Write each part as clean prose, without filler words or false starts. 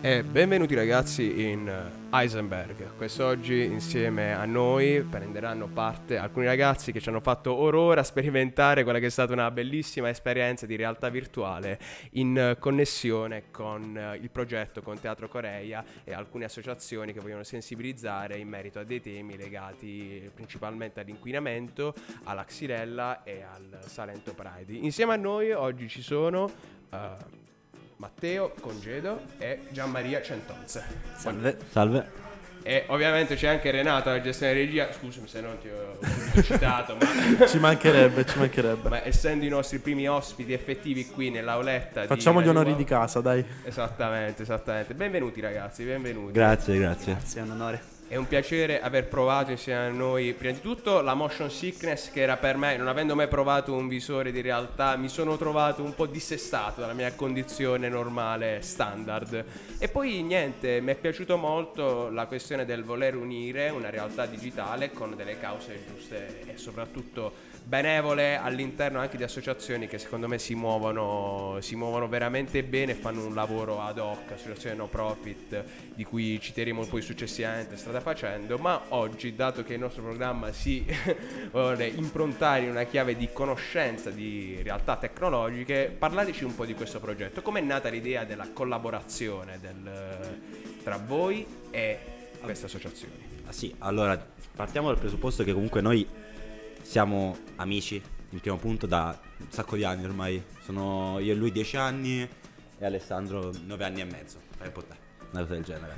E benvenuti ragazzi in Heisenberg. Quest'oggi insieme a noi prenderanno parte alcuni ragazzi che ci hanno fatto ora sperimentare quella che è stata una bellissima esperienza di realtà virtuale in connessione con il progetto con Teatro Coreia e alcune associazioni che vogliono sensibilizzare in merito a dei temi legati principalmente all'inquinamento, alla Xylella e al Salento Pride. Insieme a noi oggi ci sono Matteo Congedo e Gianmaria Centonze. Salve. Salve. E ovviamente c'è anche Renato alla gestione regia. Scusami se non ti ho citato, ma ci mancherebbe. Ma essendo i nostri primi ospiti effettivi qui nell'auletta, facciamo gli onori di casa, dai. Esattamente. Benvenuti ragazzi, benvenuti. Grazie, è un onore. È un piacere aver provato insieme a noi prima di tutto la motion sickness, che era per me, non avendo mai provato un visore di realtà, mi sono trovato un po' dissestato dalla mia condizione normale standard. E poi niente, mi è piaciuto molto la questione del voler unire una realtà digitale con delle cause giuste e soprattutto benevole all'interno anche di associazioni che secondo me si muovono veramente bene e fanno un lavoro ad hoc, associazioni no profit di cui citeremo poi successivamente strada facendo. Ma oggi, dato che il nostro programma si vuole improntare in una chiave di conoscenza di realtà tecnologiche, parlateci un po' di questo progetto. Com'è nata l'idea della collaborazione tra voi e queste associazioni? Sì, allora partiamo dal presupposto che comunque noi siamo amici in primo punto da un sacco di anni ormai. Sono io e lui 10 anni e Alessandro 9 anni e mezzo. Fai un po' te, una cosa del genere.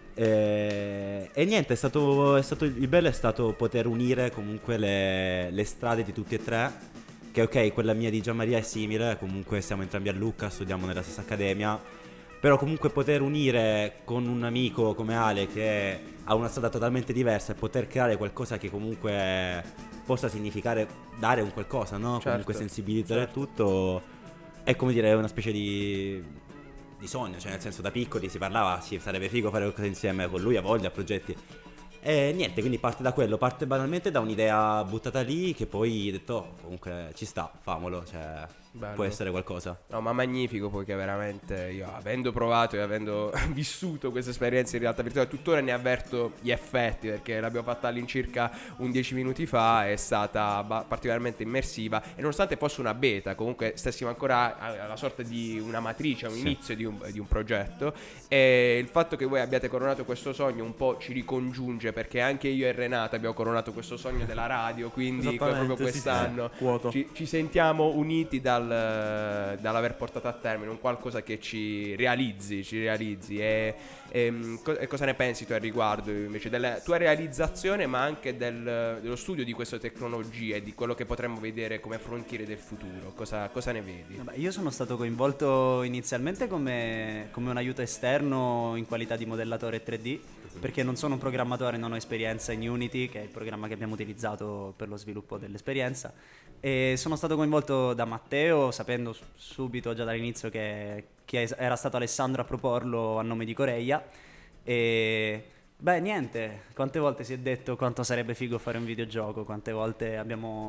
E niente, è stato il bello è stato poter unire comunque le strade di tutti e tre. Che ok, quella mia di Gianmaria è simile, comunque siamo entrambi a Lucca, studiamo nella stessa accademia. Però comunque poter unire con un amico come Ale che ha una strada totalmente diversa e poter creare qualcosa che comunque possa significare dare un qualcosa, no? Certo, comunque sensibilizzare tutto. È come dire, è una specie di sogno, cioè nel senso da piccoli si parlava, sì, sarebbe figo fare qualcosa insieme, con lui ha voglia, progetti. E niente, quindi parte da quello, parte banalmente da un'idea buttata lì che poi ho detto, oh, comunque ci sta, famolo, cioè bello. Può essere qualcosa. No, ma magnifico, poiché veramente io, avendo provato e avendo vissuto questa esperienza in realtà virtuale, tuttora ne avverto gli effetti, perché l'abbiamo fatta all'incirca 10 minuti fa, è stata particolarmente immersiva e nonostante fosse una beta, comunque stessimo ancora alla sorta di una matrice, un inizio di un progetto, e il fatto che voi abbiate coronato questo sogno un po' ci ricongiunge, perché anche io e Renato abbiamo coronato questo sogno della radio, quindi proprio quest'anno ci sentiamo uniti dall'aver portato a termine un qualcosa che ci realizzi e cosa ne pensi tu al riguardo invece della tua realizzazione, ma anche dello studio di queste tecnologie e di quello che potremmo vedere come frontiere del futuro? Cosa ne vedi? Vabbè, io sono stato coinvolto inizialmente come un aiuto esterno in qualità di modellatore 3D, perché non sono un programmatore, non ho esperienza in Unity, che è il programma che abbiamo utilizzato per lo sviluppo dell'esperienza, e sono stato coinvolto da Matteo, sapendo subito già dall'inizio che era stato Alessandro a proporlo a nome di Coreia. E beh, niente, quante volte si è detto quanto sarebbe figo fare un videogioco, quante volte abbiamo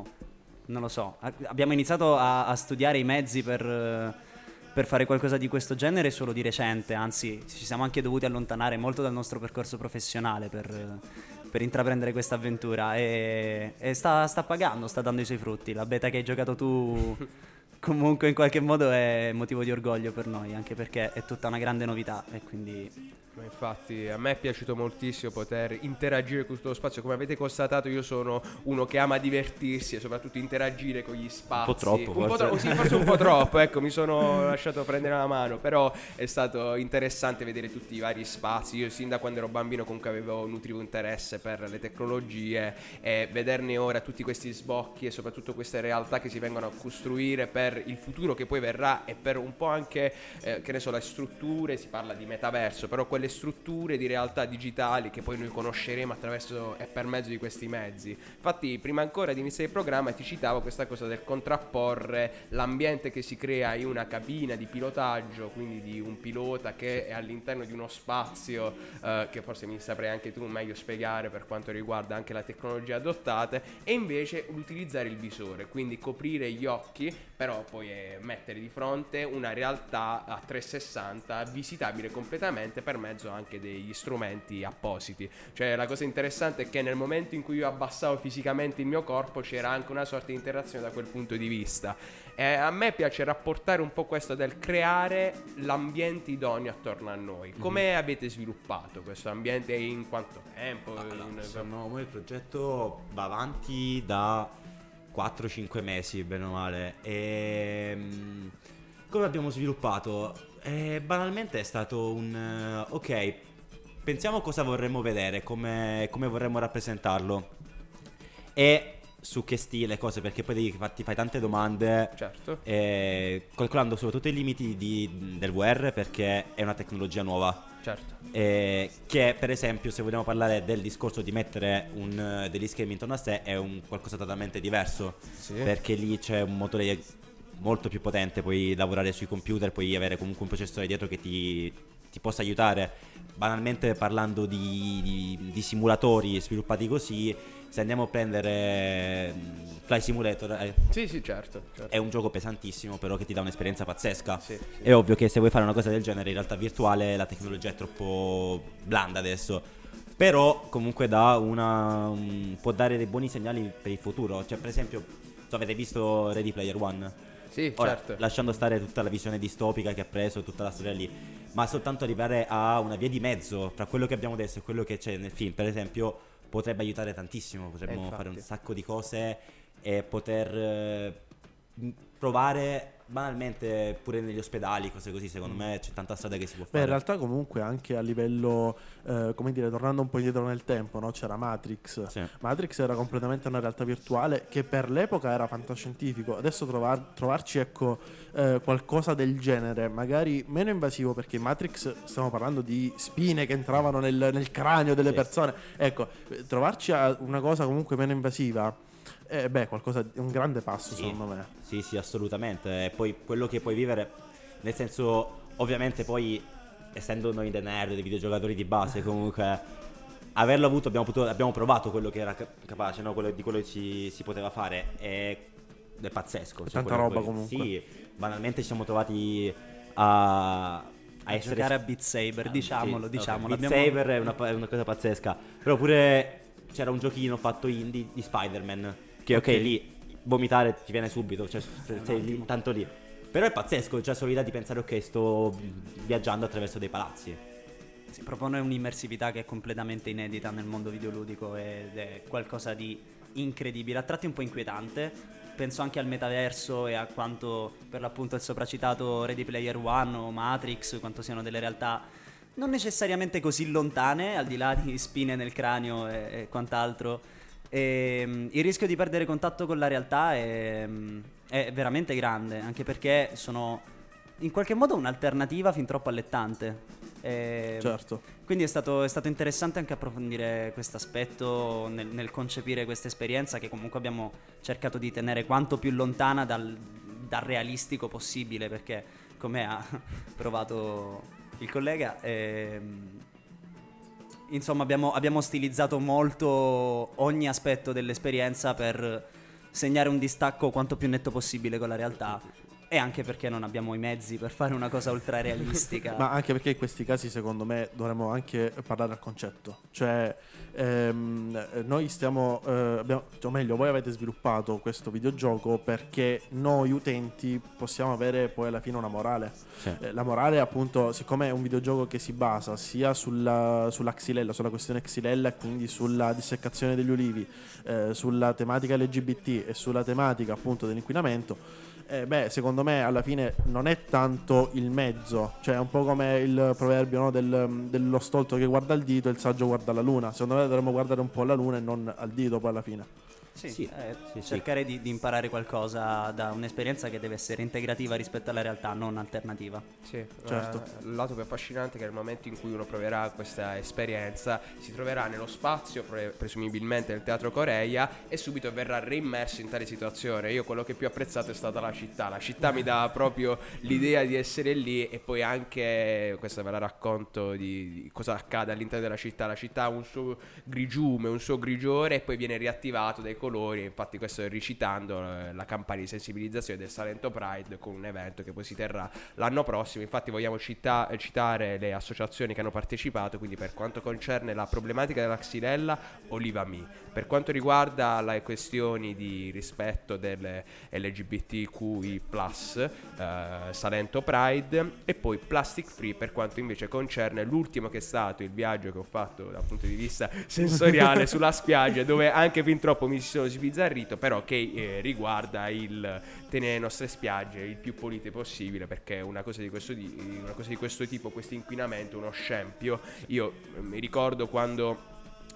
iniziato a studiare i mezzi per fare qualcosa di questo genere solo di recente, anzi ci siamo anche dovuti allontanare molto dal nostro percorso professionale per intraprendere questa avventura, e sta pagando, sta dando i suoi frutti. La beta che hai giocato tu comunque in qualche modo è motivo di orgoglio per noi, anche perché è tutta una grande novità e quindi... Ma infatti a me è piaciuto moltissimo poter interagire con questo spazio. Come avete constatato, io sono uno che ama divertirsi e soprattutto interagire con gli spazi. Un po' troppo, sì, forse un po' troppo, ecco, mi sono lasciato prendere la mano. Però è stato interessante vedere tutti i vari spazi. Io sin da quando ero bambino comunque nutrivo interesse per le tecnologie, e vederne ora tutti questi sbocchi e soprattutto queste realtà che si vengono a costruire per il futuro che poi verrà, e per un po' anche che ne so, le strutture, si parla di metaverso, però quelle delle strutture di realtà digitali che poi noi conosceremo attraverso e per mezzo di questi mezzi. Infatti prima ancora di iniziare il programma ti citavo questa cosa del contrapporre l'ambiente che si crea in una cabina di pilotaggio, quindi di un pilota che è all'interno di uno spazio che forse mi saprei anche tu meglio spiegare per quanto riguarda anche la tecnologia adottate, e invece utilizzare il visore, quindi coprire gli occhi, però poi mettere di fronte una realtà a 360 visitabile completamente per mezzo anche degli strumenti appositi. Cioè la cosa interessante è che nel momento in cui io abbassavo fisicamente il mio corpo c'era anche una sorta di interazione da quel punto di vista. A me piace rapportare un po' questo del creare l'ambiente idoneo attorno a noi. Come avete sviluppato questo ambiente e in quanto tempo? Noi il progetto va avanti da 4-5 mesi, bene o male. Come abbiamo sviluppato? Banalmente è stato un ok, pensiamo cosa vorremmo vedere, come vorremmo rappresentarlo e su che stile, cose, perché poi ti fai tante domande, certo, calcolando soprattutto i limiti del VR, perché è una tecnologia nuova, certo, che per esempio, se vogliamo parlare del discorso di mettere degli schermi intorno a sé, è un qualcosa totalmente diverso, sì, perché lì c'è un motore molto più potente, puoi lavorare sui computer, puoi avere comunque un processore dietro che ti possa aiutare. Banalmente parlando di simulatori sviluppati così, se andiamo a prendere Fly Simulator, sì, certo. è un gioco pesantissimo, però che ti dà un'esperienza pazzesca. Sì. È ovvio che se vuoi fare una cosa del genere in realtà virtuale la tecnologia è troppo blanda adesso, però comunque può dare dei buoni segnali per il futuro. Cioè per esempio, avete visto Ready Player One? Sì, Ora, certo. lasciando stare tutta la visione distopica che ha preso, tutta la storia lì, ma soltanto arrivare a una via di mezzo tra quello che abbiamo adesso e quello che c'è nel film, per esempio, potrebbe aiutare tantissimo. Potremmo fare un sacco di cose e poter provare banalmente pure negli ospedali, cose così. Secondo me c'è tanta strada che si può fare. In realtà comunque anche a livello come dire, tornando un po' indietro nel tempo, no? C'era Matrix. Sì. Matrix era completamente una realtà virtuale che per l'epoca era fantascientifico. Adesso trovarci ecco qualcosa del genere, magari meno invasivo, perché in Matrix stiamo parlando di spine che entravano nel cranio delle persone. Ecco, trovarci a una cosa comunque meno invasiva, un grande passo, secondo me. Sì, assolutamente. E poi quello che puoi vivere, nel senso, ovviamente poi, essendo noi dei nerd, dei videogiocatori di base, comunque averlo avuto, abbiamo provato quello che era capace, no? Di quello che si poteva fare, è pazzesco. È tanta roba comunque. Sì, banalmente ci siamo trovati a essere giocare a Beat Saber, diciamolo. Beat Saber è una cosa pazzesca. Però pure c'era un giochino fatto indie di Spider-Man, che ok, lì vomitare ti viene subito, cioè sei lì, tanto lì. Però è pazzesco, cioè solo l'idea di pensare ok, sto viaggiando attraverso dei palazzi. Si propone un'immersività che è completamente inedita nel mondo videoludico ed è qualcosa di incredibile, a tratti un po' inquietante. Penso anche al metaverso e a quanto per l'appunto il sopracitato Ready Player One o Matrix, quanto siano delle realtà non necessariamente così lontane, al di là di spine nel cranio e quant'altro. Il rischio di perdere contatto con la realtà è veramente grande, anche perché sono in qualche modo un'alternativa fin troppo allettante. Certo. Quindi è stato interessante anche approfondire questo aspetto nel concepire questa esperienza, che comunque abbiamo cercato di tenere quanto più lontana dal realistico possibile, perché come ha provato il collega, insomma abbiamo stilizzato molto ogni aspetto dell'esperienza per segnare un distacco quanto più netto possibile con la realtà. E anche perché non abbiamo i mezzi per fare una cosa ultra realistica. Ma anche perché in questi casi secondo me dovremmo anche parlare al concetto. Cioè noi o meglio, voi avete sviluppato questo videogioco perché noi utenti possiamo avere poi alla fine una morale. Sì. La morale appunto, siccome è un videogioco che si basa sia sulla xylella, sulla questione xylella, e quindi sulla disseccazione degli ulivi, sulla tematica LGBT e sulla tematica appunto dell'inquinamento, secondo me alla fine non è tanto il mezzo, cioè è un po' come il proverbio, no, dello stolto che guarda il dito e il saggio guarda la luna. Secondo me dovremmo guardare un po' alla luna e non al dito poi alla fine. Sì, sì. Cercare di imparare qualcosa da un'esperienza che deve essere integrativa rispetto alla realtà, non alternativa. Sì, Certo. il lato più affascinante è che nel momento in cui uno proverà questa esperienza si troverà nello spazio, presumibilmente nel Teatro Coreia, e subito verrà reimmerso in tale situazione. Io quello che più ho apprezzato è stata la città. La città mi dà proprio l'idea di essere lì, e poi anche, questa ve la racconto, di cosa accade all'interno della città. La città ha un suo grigiume, un suo grigiore, e poi viene riattivato dai colori. Infatti questo recitando la campagna di sensibilizzazione del Salento Pride, con un evento che poi si terrà l'anno prossimo. Infatti vogliamo citare le associazioni che hanno partecipato. Quindi per quanto concerne la problematica della xylella, Oliva Me; per quanto riguarda le questioni di rispetto delle LGBTQI+, Salento Pride; e poi Plastic Free per quanto invece concerne l'ultimo, che è stato il viaggio che ho fatto dal punto di vista sensoriale sulla spiaggia, dove anche fin troppo mi sono sbizzarrito, però che riguarda il tenere le nostre spiagge il più pulite possibile, perché una cosa di questo tipo, questo inquinamento, uno scempio. Io mi ricordo quando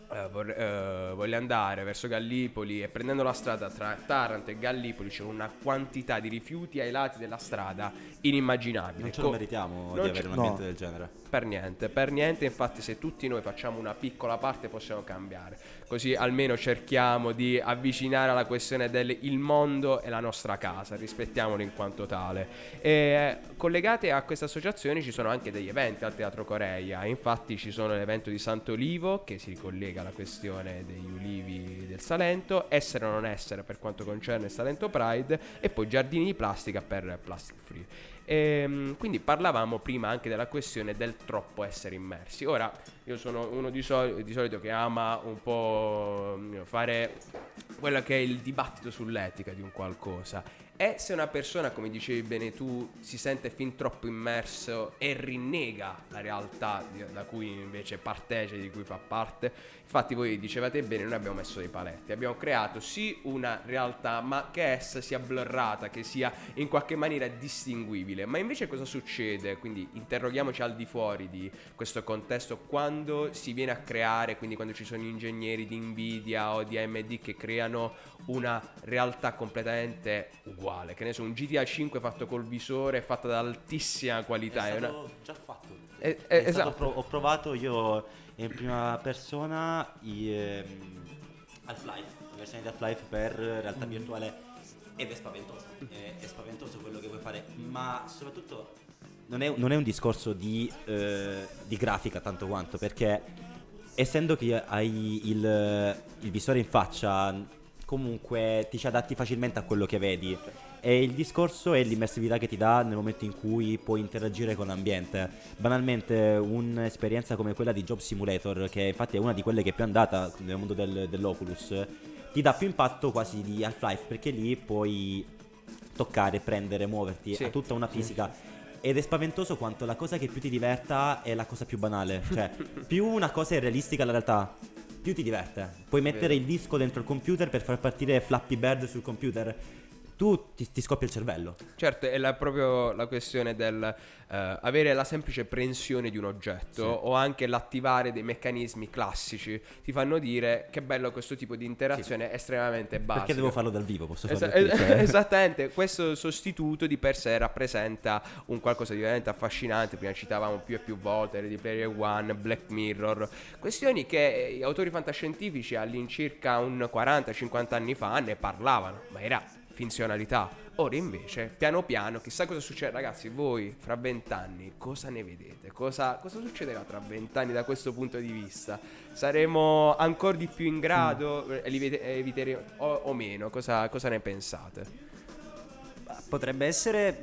voglio andare verso Gallipoli, e prendendo la strada tra Taranto e Gallipoli c'è una quantità di rifiuti ai lati della strada inimmaginabile. Non ce lo meritiamo di avere un ambiente del genere. Per niente. Infatti se tutti noi facciamo una piccola parte possiamo cambiare, così almeno cerchiamo di avvicinare alla questione del il mondo è la nostra casa, rispettiamolo in quanto tale. E collegate a queste associazioni ci sono anche degli eventi al Teatro Coreia. Infatti ci sono l'evento di Sant'Olivo, che si ricollega alla questione degli ulivi del Salento, Essere o non essere per quanto concerne il Salento Pride, e poi giardini di plastica per Plastic Free. Quindi parlavamo prima anche della questione del troppo essere immersi. Ora, io sono uno di solito che ama un po' fare quello che è il dibattito sull'etica di un qualcosa. E se una persona, come dicevi bene tu, si sente fin troppo immerso e rinnega la realtà da cui invece partecipa, di cui fa parte. Infatti voi dicevate bene, noi abbiamo messo dei paletti, abbiamo creato sì una realtà, ma che essa sia blurrata, che sia in qualche maniera distinguibile. Ma invece cosa succede? Quindi interroghiamoci al di fuori di questo contesto, quando si viene a creare, quindi quando ci sono ingegneri di Nvidia o di AMD che creano una realtà completamente uguale, che ne so, un GTA 5 fatto col visore, fatto ad altissima qualità. È stato già fatto. Esatto. Ho provato io in prima persona Half-Life, la versione di Half-Life per realtà virtuale, ed è spaventoso. È spaventoso quello che puoi fare, ma soprattutto non è un discorso di grafica tanto quanto, perché essendo che hai il visore in faccia, comunque ti ci adatti facilmente a quello che vedi. E il discorso è l'immersività che ti dà nel momento in cui puoi interagire con l'ambiente. Banalmente un'esperienza come quella di Job Simulator, che infatti è una di quelle che è più andata nel mondo dell'Oculus, ti dà più impatto quasi di Half-Life, perché lì puoi toccare, prendere, muoverti, Sì. ha tutta una fisica. Ed è spaventoso quanto la cosa che più ti diverta è la cosa più banale. Cioè, più una cosa è realistica alla realtà, più ti diverte. Puoi mettere il disco dentro il computer per far partire Flappy Bird sul computer, tu ti scoppia il cervello. Certo, è proprio la questione del avere la semplice prensione di un oggetto, Sì. o anche l'attivare dei meccanismi classici ti fanno dire che bello questo tipo di interazione estremamente basica. Perché devo farlo dal vivo? Posso farlo qui, cioè. Esattamente, questo sostituto di per sé rappresenta un qualcosa di veramente affascinante. Prima citavamo più e più volte Ready Player One, Black Mirror, questioni che gli autori fantascientifici all'incirca un 40-50 anni fa ne parlavano, ma era finzionalità. Ora invece, piano piano, chissà cosa succede. Ragazzi, voi fra 20 anni cosa ne vedete? Cosa succederà tra 20 anni da questo punto di vista? Saremo ancora di più in grado? Eviteremo o meno? Cosa ne pensate? Potrebbe essere...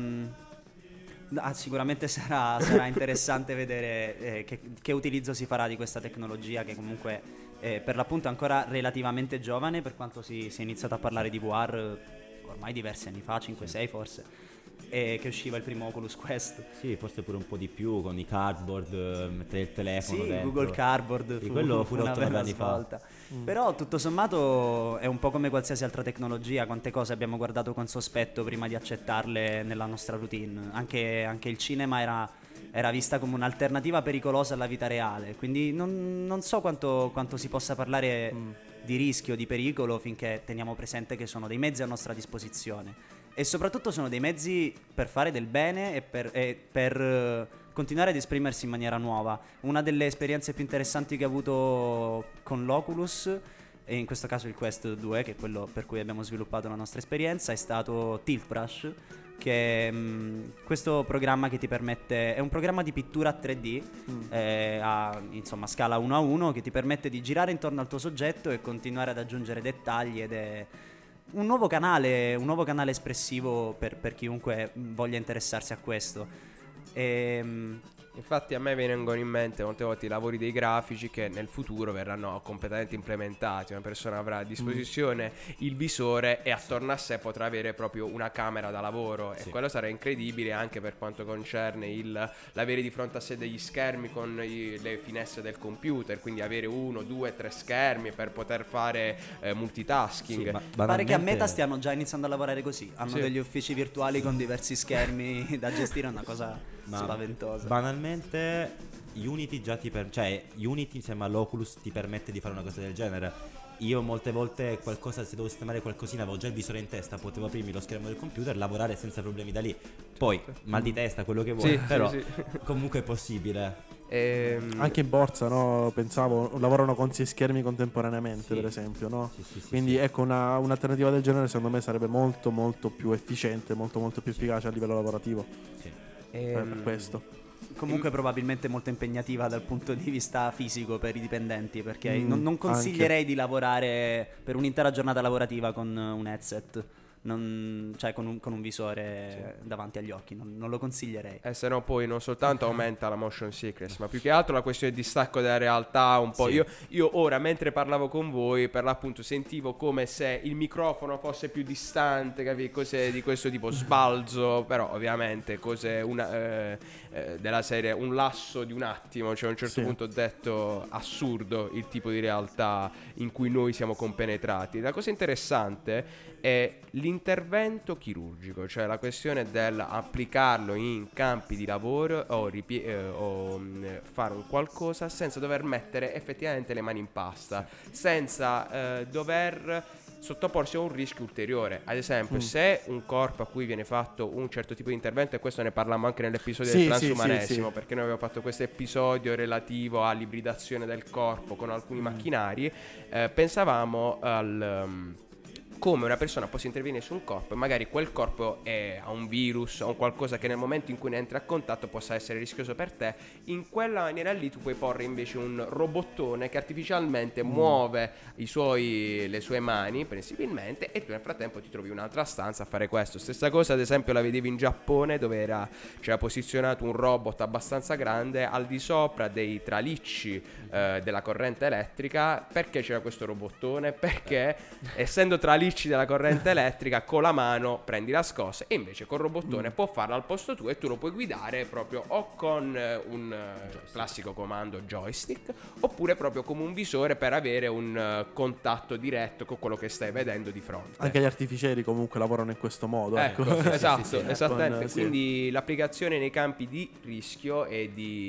sicuramente sarà interessante vedere che utilizzo si farà di questa tecnologia, che comunque per l'appunto è ancora relativamente giovane, per quanto si è iniziato a parlare di VR ormai diversi anni fa, 5-6 forse, e che usciva il primo Oculus Quest. Sì, forse pure un po' di più con i cardboard, mettere il telefono Sì, dentro. Google Cardboard Sì, quello fu pure una 8-9 bella anni fa. svolta. Però tutto sommato è un po' come qualsiasi altra tecnologia. Quante cose abbiamo guardato con sospetto prima di accettarle nella nostra routine. Anche il cinema era vista come un'alternativa pericolosa alla vita reale. Quindi non so quanto si possa parlare di rischio, di pericolo, finché teniamo presente che sono dei mezzi a nostra disposizione. E soprattutto sono dei mezzi per fare del bene e per continuare ad esprimersi in maniera nuova. Una delle esperienze più interessanti che ho avuto con l'Oculus, e in questo caso il Quest 2, che è quello per cui abbiamo sviluppato la nostra esperienza, è stato Tilt Brush, che è questo programma che ti permette, è un programma di pittura a 3D a insomma scala 1:1, che ti permette di girare intorno al tuo soggetto e continuare ad aggiungere dettagli, ed è un nuovo canale espressivo per chiunque voglia interessarsi a questo. Infatti a me vengono in mente molte volte i lavori dei grafici che nel futuro verranno completamente implementati. Una persona avrà a disposizione il visore e attorno a sé potrà avere proprio una camera da lavoro, e quello sarà incredibile anche per quanto concerne l'avere di fronte a sé degli schermi con le finestre del computer, quindi avere 1, 2, 3 schermi per poter fare multitasking. Pare che a Meta stiano già iniziando a lavorare così, hanno Sì. degli uffici virtuali con diversi schermi da gestire, è una cosa spaventosa. Banalmente Unity già Unity insieme all'Oculus ti permette di fare una cosa del genere. Io molte volte se devo sistemare qualcosina avevo già il visore in testa, potevo aprirmi lo schermo del computer, lavorare senza problemi da lì. Poi mal di testa, quello che vuoi, Sì, però sì. comunque è possibile. Anche in borsa, no? Pensavo, lavorano con 6 schermi contemporaneamente, Sì. per esempio, no? Sì, Quindi ecco, un'alternativa del genere secondo me sarebbe molto molto più efficiente, molto molto più efficace a livello lavorativo. Sì. Per questo. Comunque probabilmente molto impegnativa dal punto di vista fisico per i dipendenti, perché non Anche. consiglierei di lavorare per un'intera giornata lavorativa con un headset, cioè con un visore davanti agli occhi, non lo consiglierei. Se no poi non soltanto aumenta la motion sickness, ma più che altro la questione di distacco dalla realtà un po'. Sì. Io ora, mentre parlavo con voi, per l'appunto sentivo come se il microfono fosse più distante, capi? Cose di questo tipo, sbalzo, però ovviamente cose della serie un lasso di un attimo, cioè a un certo Sì. punto ho detto assurdo il tipo di realtà in cui noi siamo compenetrati. La cosa interessante è l'intervento chirurgico, cioè la questione dell'applicarlo in campi di lavoro o fare un qualcosa senza dover mettere effettivamente le mani in pasta, senza dover sottoporsi a un rischio ulteriore. Ad esempio, se un corpo a cui viene fatto un certo tipo di intervento, e questo ne parlammo anche nell'episodio Sì, del sì, transumanesimo, sì. perché noi abbiamo fatto questo episodio relativo all'ibridazione del corpo con alcuni macchinari, pensavamo come una persona possa intervenire su un corpo e magari quel corpo ha un virus o un qualcosa che nel momento in cui ne entri a contatto possa essere rischioso per te. In quella maniera lì tu puoi porre invece un robottone che artificialmente muove le sue mani principalmente, e tu nel frattempo ti trovi un'altra stanza a fare questo. Stessa cosa ad esempio la vedevi in Giappone, dove c'era posizionato un robot abbastanza grande al di sopra dei tralicci della corrente elettrica. Perché c'era questo robottone? Perché essendo tralicci della corrente elettrica, con la mano prendi la scossa, e invece col robottone può farlo al posto tuo, e tu lo puoi guidare proprio o con un classico comando joystick, oppure proprio come un visore per avere un contatto diretto con quello che stai vedendo di fronte. Anche gli artificieri comunque lavorano in questo modo. Ecco, Ecco. esatto, esattamente. Sì. Quindi l'applicazione nei campi di rischio e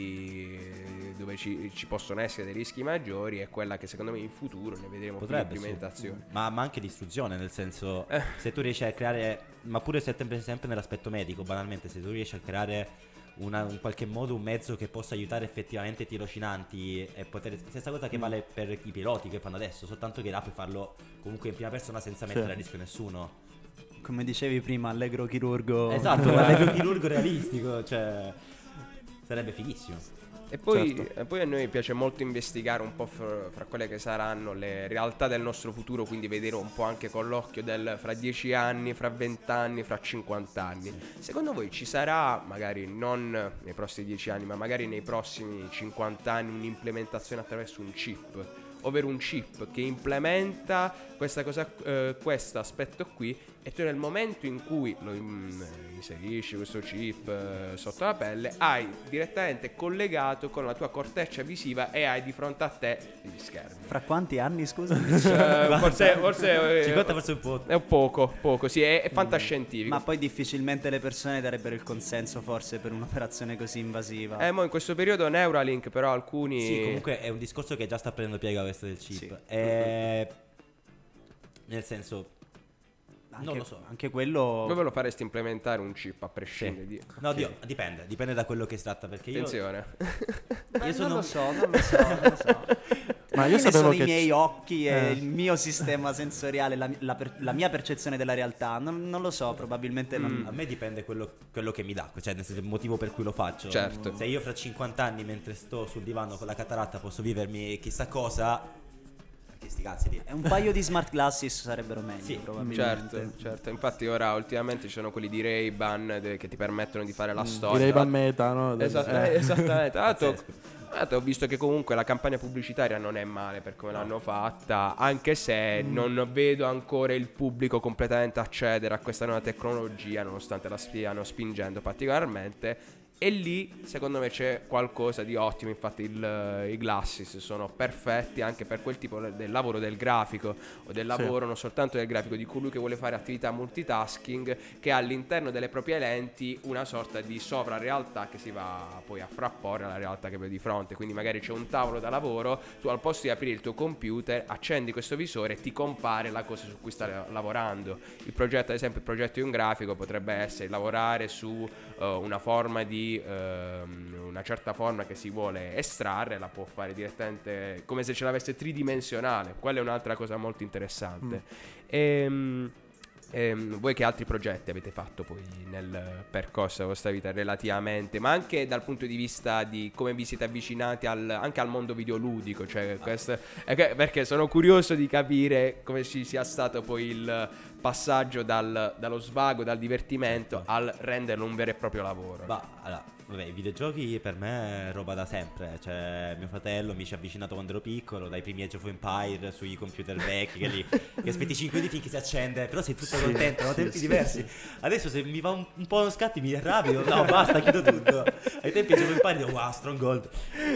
dove ci possono essere dei rischi maggiori è quella che secondo me in futuro ne vedremo più implementazioni. Ma anche di istruzione, nel senso, se tu riesci a creare, ma pure sempre nell'aspetto medico, banalmente, se tu riesci a creare in qualche modo un mezzo che possa aiutare effettivamente i tirocinanti e poter, stessa cosa che vale per i piloti che fanno adesso, soltanto che là puoi farlo comunque in prima persona senza mettere a rischio nessuno. Come dicevi prima, allegro chirurgo. Esatto, un allegro chirurgo realistico, cioè sarebbe fighissimo. E poi a noi piace molto investigare un po' fra quelle che saranno le realtà del nostro futuro, quindi vedere un po' anche con l'occhio fra 10 anni, fra 20 anni, fra 50 anni. Secondo voi ci sarà, magari non nei prossimi 10 anni, ma magari nei prossimi 50 anni, un'implementazione attraverso un chip? Ovvero un chip che implementa questo aspetto qui, e tu nel momento in cui lo inserisci questo chip sotto la pelle, hai direttamente collegato con la tua corteccia visiva e hai di fronte a te gli schermi. Fra quanti anni, scusa? Forse 50 forse un po'. è un poco, sì, è fantascientifico. Ma poi difficilmente le persone darebbero il consenso forse per un'operazione così invasiva. Mo in questo periodo Neuralink, però alcuni Sì, comunque è un discorso che già sta prendendo piega questo del chip. Sì. Nel senso, non lo so. Anche quello... Dove lo faresti implementare un chip a prescindere? Sì. No, dipende da quello che si tratta, perché Attenzione. io sono... Non lo so. Ma io Quali sapevo sono che i miei occhi e il mio sistema sensoriale, la mia percezione della realtà? Non lo so, probabilmente non... A me dipende quello che mi dà, cioè nel senso, il motivo per cui lo faccio. Certo. Se io fra 50 anni, mentre sto sul divano con la cataratta, posso vivermi chissà cosa, che sti cazzi lì. Un paio di smart glasses sarebbero meglio, Sì, probabilmente. Certo. Infatti ora ultimamente ci sono quelli di Ray-Ban che ti permettono di fare la storia. direi Van Meta, no? Esattamente. Tra l'altro ho visto che comunque la campagna pubblicitaria non è male per come l'hanno fatta, anche se non vedo ancora il pubblico completamente accedere a questa nuova tecnologia, nonostante la stiano spingendo particolarmente. E lì secondo me c'è qualcosa di ottimo. Infatti i glasses sono perfetti anche per quel tipo del lavoro del grafico o del lavoro non soltanto del grafico, di colui che vuole fare attività multitasking, che ha all'interno delle proprie lenti una sorta di sovrarealtà che si va poi a frapporre alla realtà che vedi di fronte. Quindi magari c'è un tavolo da lavoro, tu al posto di aprire il tuo computer accendi questo visore e ti compare la cosa su cui stai lavorando. Il progetto, ad esempio il progetto di un grafico potrebbe essere lavorare su una forma di una certa forma che si vuole estrarre, la può fare direttamente come se ce l'avesse tridimensionale. Quella è un'altra cosa molto interessante. Voi che altri progetti avete fatto poi nel percorso della vostra vita relativamente, ma anche dal punto di vista di come vi siete avvicinati anche al mondo videoludico, cioè perché sono curioso di capire come ci sia stato poi il passaggio dallo svago, dal divertimento al renderlo un vero e proprio lavoro. Allora, vabbè, i videogiochi per me è roba da sempre. Cioè, mio fratello mi ci ha avvicinato quando ero piccolo, dai primi Age of Empire sui computer vecchi, che aspetti 5 minuti finché si accende, però sei tutto contento, no? Tempi diversi. Adesso se mi va un po' uno scatto mi arrabbio, no basta, chiudo tutto. Ai tempi Age of Empire dico wow, Stronghold.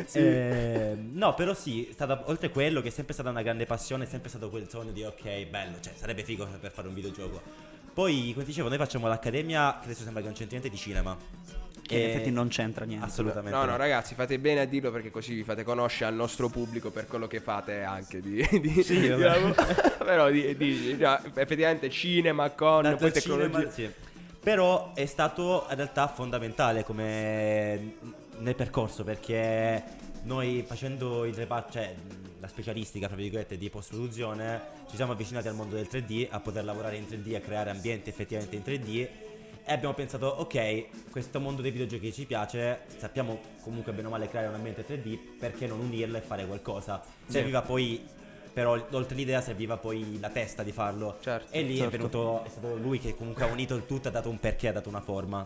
No, però sì, è stata, oltre quello che è sempre stata una grande passione, è sempre stato quel sogno di ok, bello, cioè sarebbe figo per fare un videogioco. Poi, come dicevo, noi facciamo l'accademia, che adesso sembra che non c'entri niente, di cinema. Che in effetti non c'entra niente. Assolutamente. No, ragazzi, fate bene a dirlo, perché così vi fate conoscere al nostro pubblico per quello che fate anche sì, però effettivamente cinema con poi tecnologia. Sì. Però è stato in realtà fondamentale come nel percorso, perché noi facendo il reparto, cioè la specialistica tra virgolette di post produzione, ci siamo avvicinati al mondo del 3D, a poter lavorare in 3D, a creare ambienti effettivamente in 3D. E abbiamo pensato, ok, questo mondo dei videogiochi ci piace, sappiamo comunque bene o male creare un ambiente 3D, perché non unirlo e fare qualcosa? Serviva poi, però oltre l'idea serviva poi la testa di farlo. Certo, e lì è stato lui che comunque ha unito il tutto, ha dato un perché, ha dato una forma.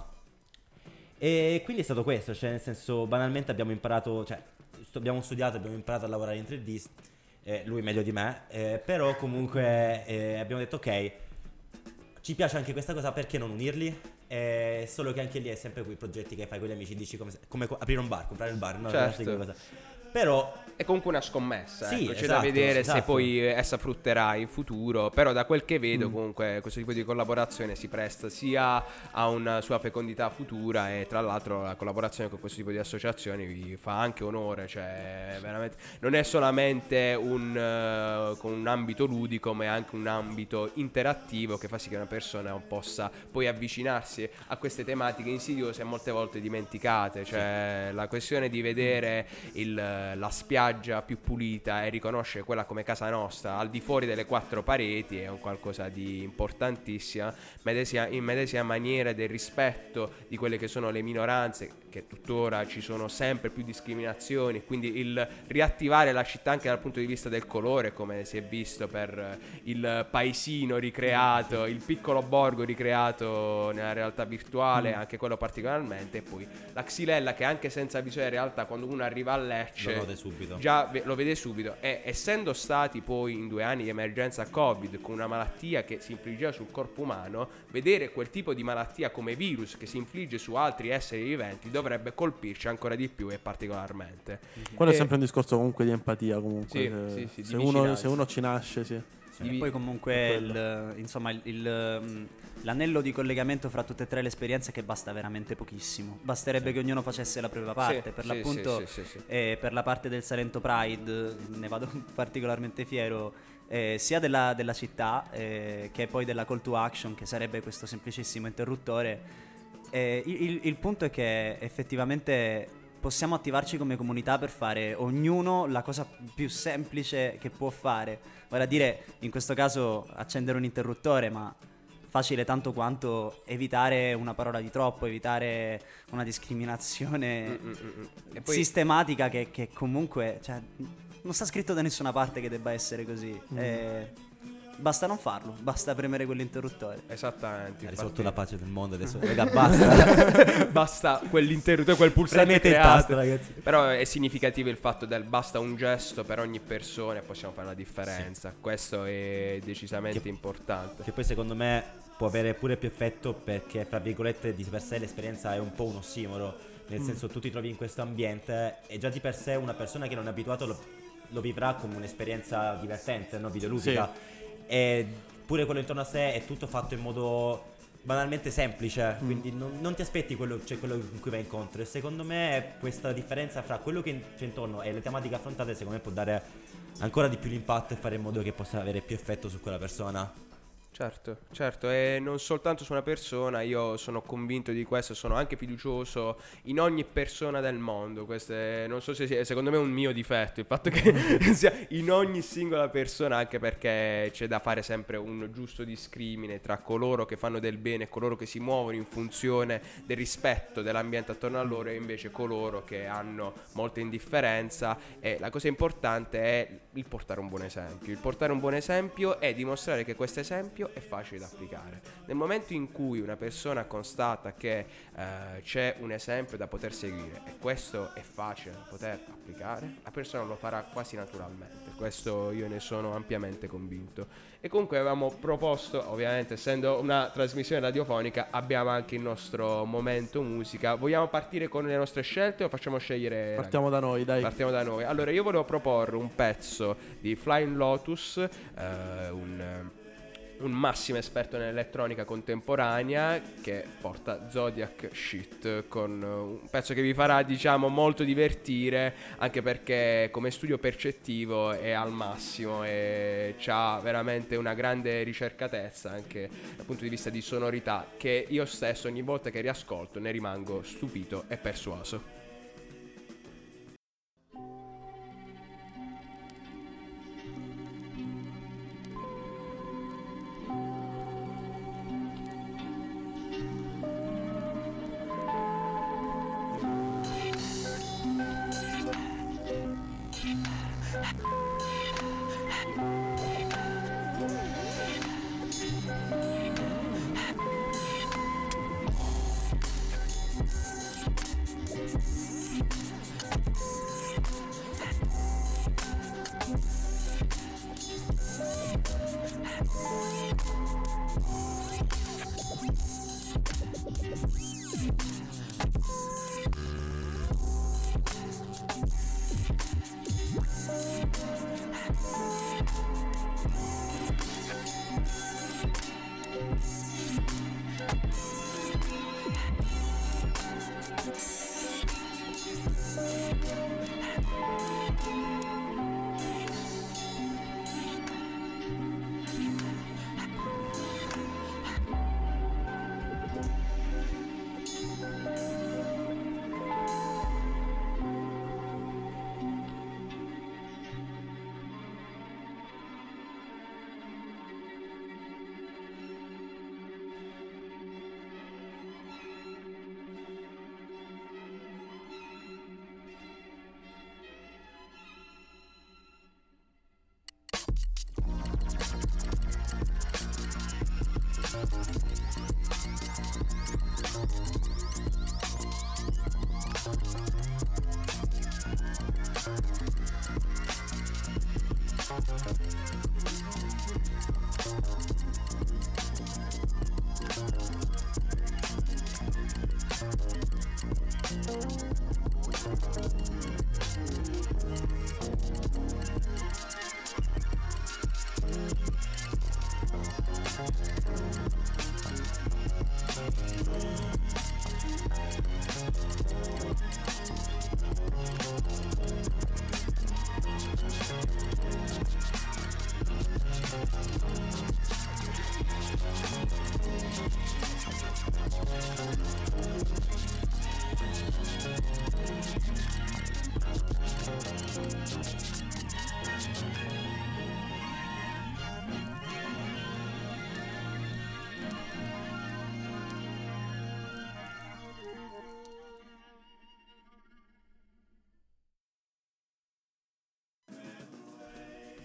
E quindi è stato questo, cioè nel senso, banalmente abbiamo imparato, cioè abbiamo studiato, abbiamo imparato a lavorare in 3D, lui meglio di me, però comunque abbiamo detto ok, ci piace anche questa cosa, perché non unirli? Solo che anche lì è sempre quei progetti che fai con gli amici, dici come aprire un bar, comprare il bar, no? Certo. Però è comunque una scommessa, sì, c'è esatto, da vedere esatto. se poi essa frutterà in futuro. Però da quel che vedo comunque questo tipo di collaborazione si presta sia a una sua fecondità futura, e tra l'altro la collaborazione con questo tipo di associazioni vi fa anche onore. Cioè veramente non è solamente con un ambito ludico, ma è anche un ambito interattivo che fa sì che una persona possa poi avvicinarsi a queste tematiche insidiose e molte volte dimenticate. Cioè la questione di vedere la spiaggia più pulita e riconoscere quella come casa nostra al di fuori delle quattro pareti è un qualcosa di importantissima, in medesima maniera del rispetto di quelle che sono le minoranze, che tuttora ci sono sempre più discriminazioni, quindi il riattivare la città anche dal punto di vista del colore, come si è visto per il paesino ricreato, il piccolo borgo ricreato nella realtà virtuale, anche quello particolarmente. E poi la Xylella, che anche senza visore in realtà quando uno arriva a Lecce lo vede subito. Già lo vede subito. E essendo stati poi in 2 anni di emergenza Covid, con una malattia che si infliggeva sul corpo umano, vedere quel tipo di malattia come virus che si infligge su altri esseri viventi dovrebbe colpirci ancora di più e particolarmente. Quello è sempre un discorso comunque di empatia, comunque. Sì, se uno ci nasce, sì. E poi comunque insomma l'anello di collegamento fra tutte e tre le esperienze è che basta veramente pochissimo. Basterebbe che ognuno facesse la propria parte. Per l'appunto, per la parte del Salento Pride ne vado particolarmente fiero, sia della città che poi della call to action, che sarebbe questo semplicissimo interruttore. Il punto è che effettivamente possiamo attivarci come comunità per fare ognuno la cosa più semplice che può fare, vale a dire in questo caso accendere un interruttore, ma facile tanto quanto evitare una parola di troppo, evitare una discriminazione E poi, sistematica che comunque, cioè, non sta scritto da nessuna parte che debba essere così. Basta non farlo, basta premere quell'interruttore. esattamente. Ha infatti, risolto la pace del mondo adesso. Raga, basta. basta quell'interruttore, quel pulsante Premete il creato. tasto, ragazzi. Però è significativo il fatto del basta un gesto per ogni persona e possiamo fare la differenza. Questo è decisamente importante. Che poi secondo me può avere pure più effetto, perché tra virgolette di per sé l'esperienza è un po' un ossimoro. Nel senso, tu ti trovi in questo ambiente e già di per sé una persona che non è abituato lo vivrà come un'esperienza divertente, no? Videoludica. E pure quello intorno a sé è tutto fatto in modo banalmente semplice, quindi non ti aspetti quello in cui vai incontro. E secondo me questa differenza fra quello che c'è intorno e le tematiche affrontate, secondo me può dare ancora di più l'impatto e fare in modo che possa avere più effetto su quella persona. Certo, e non soltanto su una persona, io sono convinto di questo, sono anche fiducioso in ogni persona del mondo. Questo non so se secondo me è un mio difetto, il fatto che sia in ogni singola persona, anche perché c'è da fare sempre un giusto discrimine tra coloro che fanno del bene e coloro che si muovono in funzione del rispetto dell'ambiente attorno a loro, e invece coloro che hanno molta indifferenza. E la cosa importante è il portare un buon esempio, e dimostrare che questo esempio è facile da applicare. Nel momento in cui una persona constata che c'è un esempio da poter seguire e questo è facile da poter applicare, la persona lo farà quasi naturalmente. Questo io ne sono ampiamente convinto. E comunque avevamo proposto, ovviamente essendo una trasmissione radiofonica, abbiamo anche il nostro momento musica. Vogliamo partire con le nostre scelte o facciamo scegliere? Partiamo da noi, dai. Partiamo da noi. Allora, io volevo proporre un pezzo di Flying Lotus, un massimo esperto nell'elettronica contemporanea, che porta Zodiac Shit, con un pezzo che vi farà, diciamo, molto divertire, anche perché come studio percettivo è al massimo e c'ha veramente una grande ricercatezza anche dal punto di vista di sonorità, che io stesso ogni volta che riascolto ne rimango stupito e persuaso.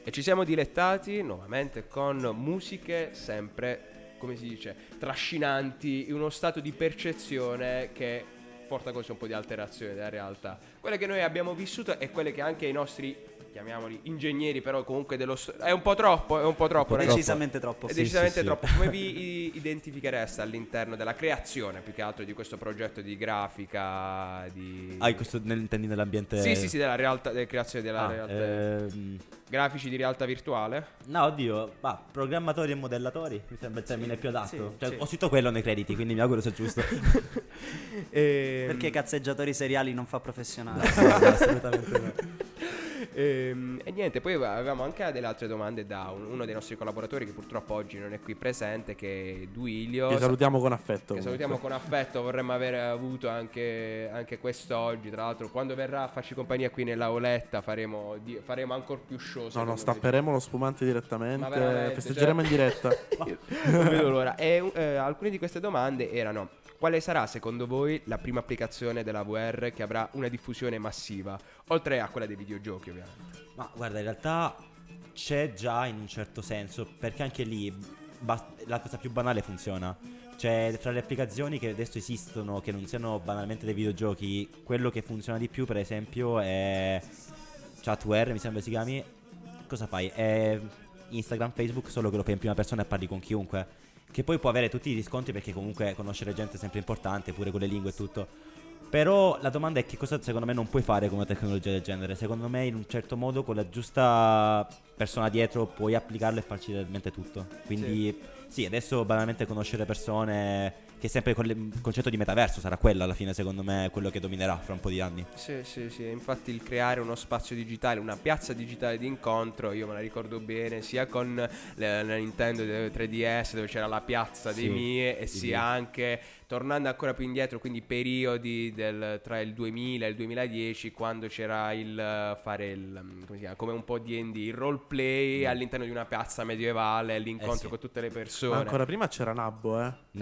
E ci siamo dilettati nuovamente con musiche sempre, come si dice, trascinanti, in uno stato di percezione che porta con sé un po' di alterazione della realtà. Quelle che noi abbiamo vissuto e quelle che anche i nostri, chiamiamoli ingegneri, però comunque è un po' troppo, ragazzi. Decisamente troppo. È decisamente troppo. Come vi identifichereste all'interno della creazione, più che altro, di questo progetto di grafica? Intendi nell'ambiente? Sì, della realtà, della creazione della realtà. Grafici di realtà virtuale? No, oddio, programmatori e modellatori mi sembra il termine più adatto. sì. Ho scritto quello nei crediti, quindi mi auguro sia giusto. Perché cazzeggiatori seriali non fa professionale. No, assolutamente no. E niente, poi avevamo anche delle altre domande da uno dei nostri collaboratori che purtroppo oggi non è qui presente, che è Duilio. Che salutiamo con affetto. Che salutiamo con affetto, vorremmo aver avuto anche quest'oggi. Tra l'altro, quando verrà a farci compagnia qui nell'auletta faremo ancora più show. No, stapperemo lo spumante Ma direttamente, veramente, festeggeremo in diretta. Non vedo l'ora. E alcune di queste domande erano: quale sarà secondo voi la prima applicazione della VR che avrà una diffusione massiva, oltre a quella dei videogiochi ovviamente? Ma guarda, in realtà c'è già in un certo senso, perché anche lì la cosa più banale funziona. Cioè, fra le applicazioni che adesso esistono, che non siano banalmente dei videogiochi, quello che funziona di più, per esempio, è Chatware, mi sembra si chiami. Cosa fai? È Instagram, Facebook, solo che lo fai in prima persona e parli con chiunque. Che poi può avere tutti i riscontri, perché comunque conoscere gente è sempre importante, pure con le lingue e tutto. Però la domanda è che cosa secondo me non puoi fare con una tecnologia del genere. Secondo me in un certo modo, con la giusta persona dietro, puoi applicarlo e farci realmente tutto. Quindi sì, adesso banalmente conoscere persone, che è sempre il concetto di metaverso, sarà quello alla fine secondo me quello che dominerà fra un po' di anni. Sì, infatti il creare uno spazio digitale, una piazza digitale di incontro, io me la ricordo bene sia con la Nintendo 3DS, dove c'era la piazza dei Mii, e sia anche tornando ancora più indietro, quindi periodi tra il 2000 e il 2010, quando c'era come si chiama, come un po' D&D, il roleplay all'interno di una piazza medievale, l'incontro con tutte le persone. Ma ancora prima c'era Nabbo,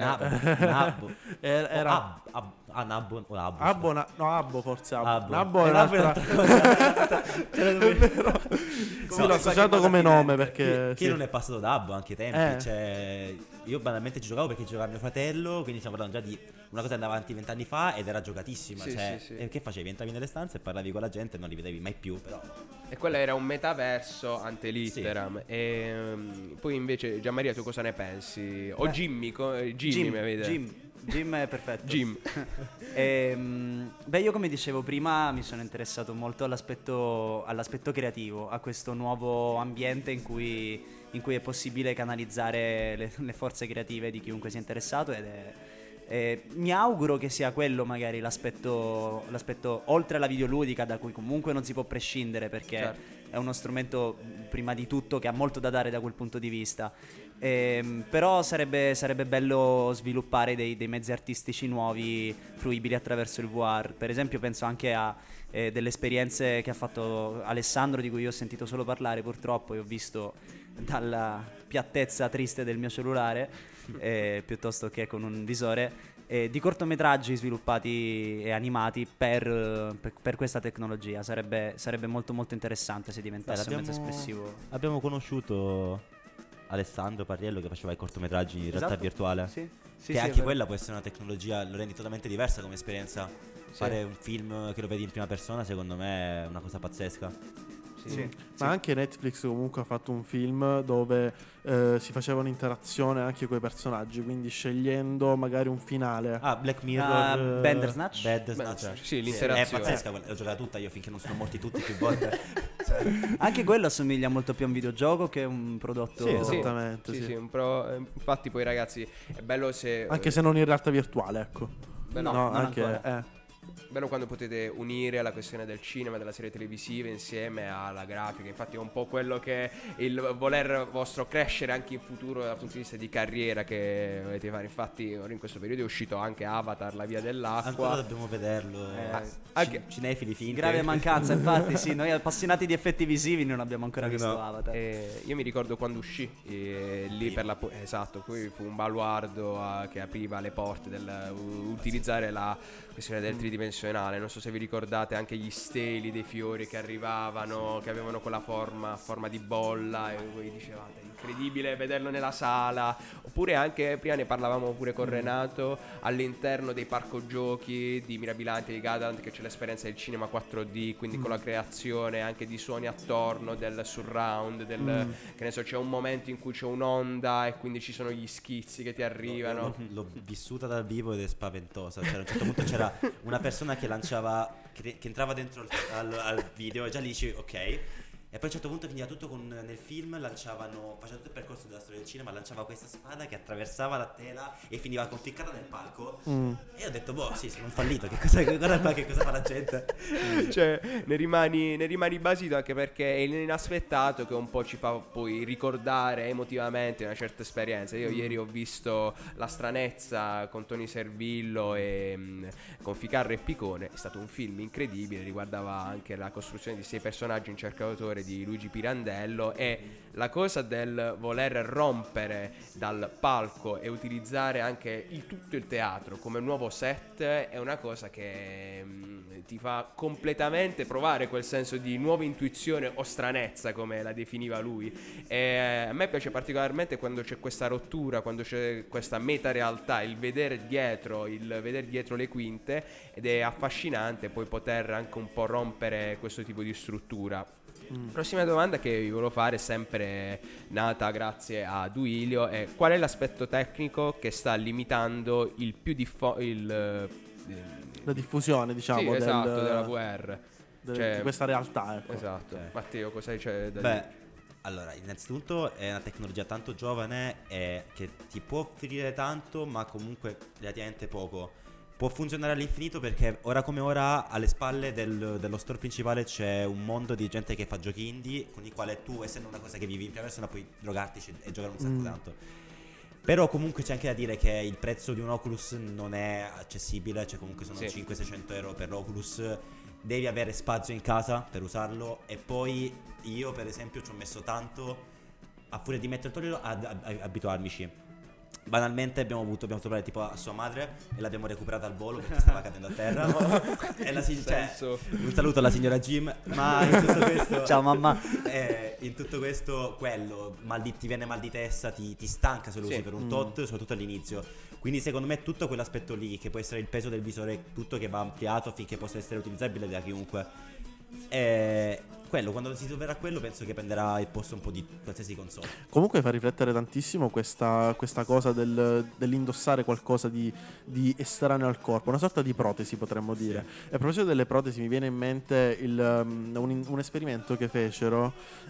Nabbo. Era Nabbo o Abbo? Abbo forse Abbo. Abbo. Nabbo è Nabbo un'altra cosa. È vero. Sì, l'ho associato come nome perché Chi non è passato da Abbo anche ai tempi. Cioè, io banalmente ci giocavo perché giocava mio fratello, quindi stiamo parlando già di una cosa che andava avanti 20 anni fa ed era giocatissima. Sì. E che facevi? Entravi nelle stanze e parlavi con la gente e non li vedevi mai più, però. E quello era un metaverso ante litteram. E poi invece Gianmaria, tu cosa ne pensi? O Jimmy mi vede? Jim è perfetto. Jim. Io come dicevo prima mi sono interessato molto all'aspetto creativo, a questo nuovo ambiente in cui è possibile canalizzare le forze creative di chiunque sia interessato, mi auguro che sia quello magari l'aspetto oltre alla videoludica, da cui comunque non si può prescindere, perché è uno strumento prima di tutto che ha molto da dare da quel punto di vista. Però sarebbe bello sviluppare dei mezzi artistici nuovi fruibili attraverso il VR. Per esempio penso anche a delle esperienze che ha fatto Alessandro, di cui io ho sentito solo parlare purtroppo e ho visto dalla piattezza triste del mio cellulare, piuttosto che con un visore, di cortometraggi sviluppati e animati per questa tecnologia. Sarebbe molto molto interessante se diventasse un mezzo espressivo. Abbiamo conosciuto Alessandro Parriello che faceva i cortometraggi in realtà virtuale. Che anche quella può essere una tecnologia, lo rendi totalmente diversa come esperienza. Fare un film che lo vedi in prima persona, secondo me è una cosa pazzesca. Ma anche Netflix comunque ha fatto un film dove si faceva un'interazione anche con i personaggi, quindi scegliendo magari un finale. Black Mirror, Bandersnatch. Sì, l'interazione. È pazzesca, l'ho giocata tutta io finché non sono morti tutti più volte. Anche quello assomiglia molto più a un videogioco che a un prodotto. Sì, esattamente. Infatti poi ragazzi è bello se anche se non in realtà virtuale, ecco. No, anche bello quando potete unire la questione del cinema, della serie televisiva insieme alla grafica. Infatti è un po' quello che il voler vostro crescere anche in futuro dal punto di vista di carriera che volete fare. Infatti ora in questo periodo è uscito anche Avatar, la via dell'acqua. Ancora dobbiamo vederlo. Cinefili finti. Grave mancanza, infatti sì, noi appassionati di effetti visivi non abbiamo ancora visto Avatar. Io mi ricordo quando uscì lì per la esatto, qui fu un baluardo che apriva le porte utilizzare la questione del tridimensionale tridimensionale. Non so se vi ricordate anche gli steli dei fiori che arrivavano, che avevano quella forma a forma di bolla, e voi dicevate incredibile vederlo nella sala. Oppure anche, prima ne parlavamo pure con Renato, all'interno dei parco giochi di Mirabilanti e di Gadaland, che c'è l'esperienza del cinema 4D, quindi con la creazione anche di suoni attorno, del surround, che ne so, c'è un momento in cui c'è un'onda e quindi ci sono gli schizzi che ti arrivano. L'ho vissuta dal vivo ed è spaventosa. Cioè, a un certo punto c'era una persona che lanciava, che entrava dentro al video e già lì dici ok. E poi a un certo punto finiva tutto nel film, faceva tutto il percorso della storia del cinema, lanciava questa spada che attraversava la tela e finiva conficcata nel palco. E ho detto, boh, sì, sono un fallito, che cosa fa la gente? Cioè, ne rimani basito, anche perché è l'inaspettato che un po' ci fa poi ricordare emotivamente una certa esperienza. Io ieri ho visto La stranezza con Tony Servillo e con Ficarra e Picone. È stato un film incredibile, riguardava anche la costruzione di 6 personaggi in cerca d'autore di Luigi Pirandello, e la cosa del voler rompere dal palco e utilizzare anche tutto il teatro come nuovo set è una cosa che ti fa completamente provare quel senso di nuova intuizione o stranezza, come la definiva lui. E a me piace particolarmente quando c'è questa rottura, quando c'è questa meta realtà, il vedere dietro le quinte, ed è affascinante poi poter anche un po' rompere questo tipo di struttura. Prossima domanda che vi volevo fare, sempre nata grazie a Duilio, è: qual è l'aspetto tecnico che sta limitando il più la diffusione, diciamo, sì, esatto, della VR, di questa realtà, ecco. Esatto. Ok. Matteo, cosa c'è da Beh, dire? allora, innanzitutto è una tecnologia tanto giovane e che ti può offrire tanto, ma comunque relativamente poco. Può funzionare all'infinito perché ora come ora alle spalle dello store principale c'è un mondo di gente che fa giochi indie, con il quale tu, essendo una cosa che vivi in prima persona, puoi drogarti e giocare un sacco tanto. Però comunque c'è anche da dire che il prezzo di un Oculus non è accessibile, cioè comunque sono 500-600 euro per l'Oculus. Devi avere spazio in casa per usarlo, e poi io per esempio ci ho messo tanto, a furia di mettere il toglierlo, ad abituarmici. Banalmente abbiamo dovuto trovare tipo a sua madre e l'abbiamo recuperata al volo perché stava cadendo a terra. E un saluto alla signora Jim. Ma in tutto questo, ciao mamma. In tutto questo, ti viene mal di testa, ti stanca se lo usi per un tot, soprattutto all'inizio. Quindi secondo me tutto quell'aspetto lì, che può essere il peso del visore, tutto che va ampliato affinché possa essere utilizzabile da chiunque, quello, quando si troverà quello, penso che prenderà il posto un po' di qualsiasi console. Comunque fa riflettere tantissimo questa cosa dell'indossare qualcosa di estraneo al corpo, una sorta di protesi, potremmo dire. E a proposito delle protesi, mi viene in mente un esperimento che fecero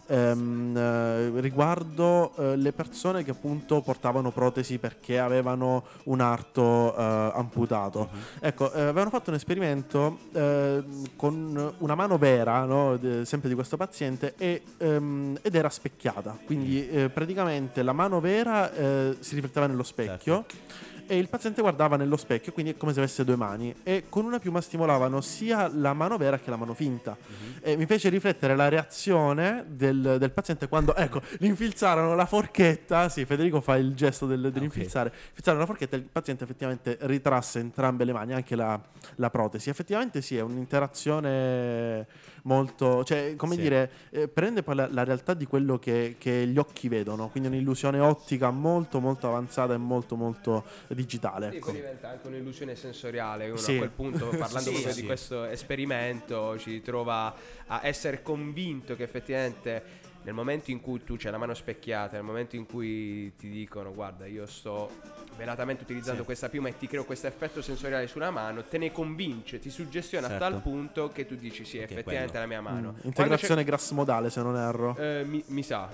riguardo le persone che appunto portavano protesi perché avevano un arto amputato. Ecco, avevano fatto un esperimento con una mano vera, no? Sempre di questo paziente, ed era specchiata, quindi praticamente la mano vera si rifletteva nello specchio, e il paziente guardava nello specchio, quindi è come se avesse 2 mani, e con una piuma stimolavano sia la mano vera che la mano finta. E mi fece riflettere la reazione del paziente quando, ecco, gli infilzarono la forchetta. Sì, Federico fa il gesto dell'infilzare. Infilzarono la forchetta e il paziente effettivamente ritrasse entrambe le mani, anche la protesi. Effettivamente sì, è un'interazione molto, cioè, come dire, prende poi la realtà di quello che gli occhi vedono, quindi un'illusione ottica molto molto avanzata e molto molto digitale, sì, ecco. poi diventa anche un'illusione sensoriale. Uno Sì. a quel punto, parlando proprio di questo esperimento, ci trova a essere convinto che effettivamente nel momento in cui tu c'hai la mano specchiata, nel momento in cui ti dicono guarda, io sto velatamente utilizzando questa piuma e ti creo questo effetto sensoriale sulla mano, te ne convince, ti suggestiona a tal punto che tu dici sì, effettivamente è la mia mano. Integrazione grass-modale, se non erro. Mi sa.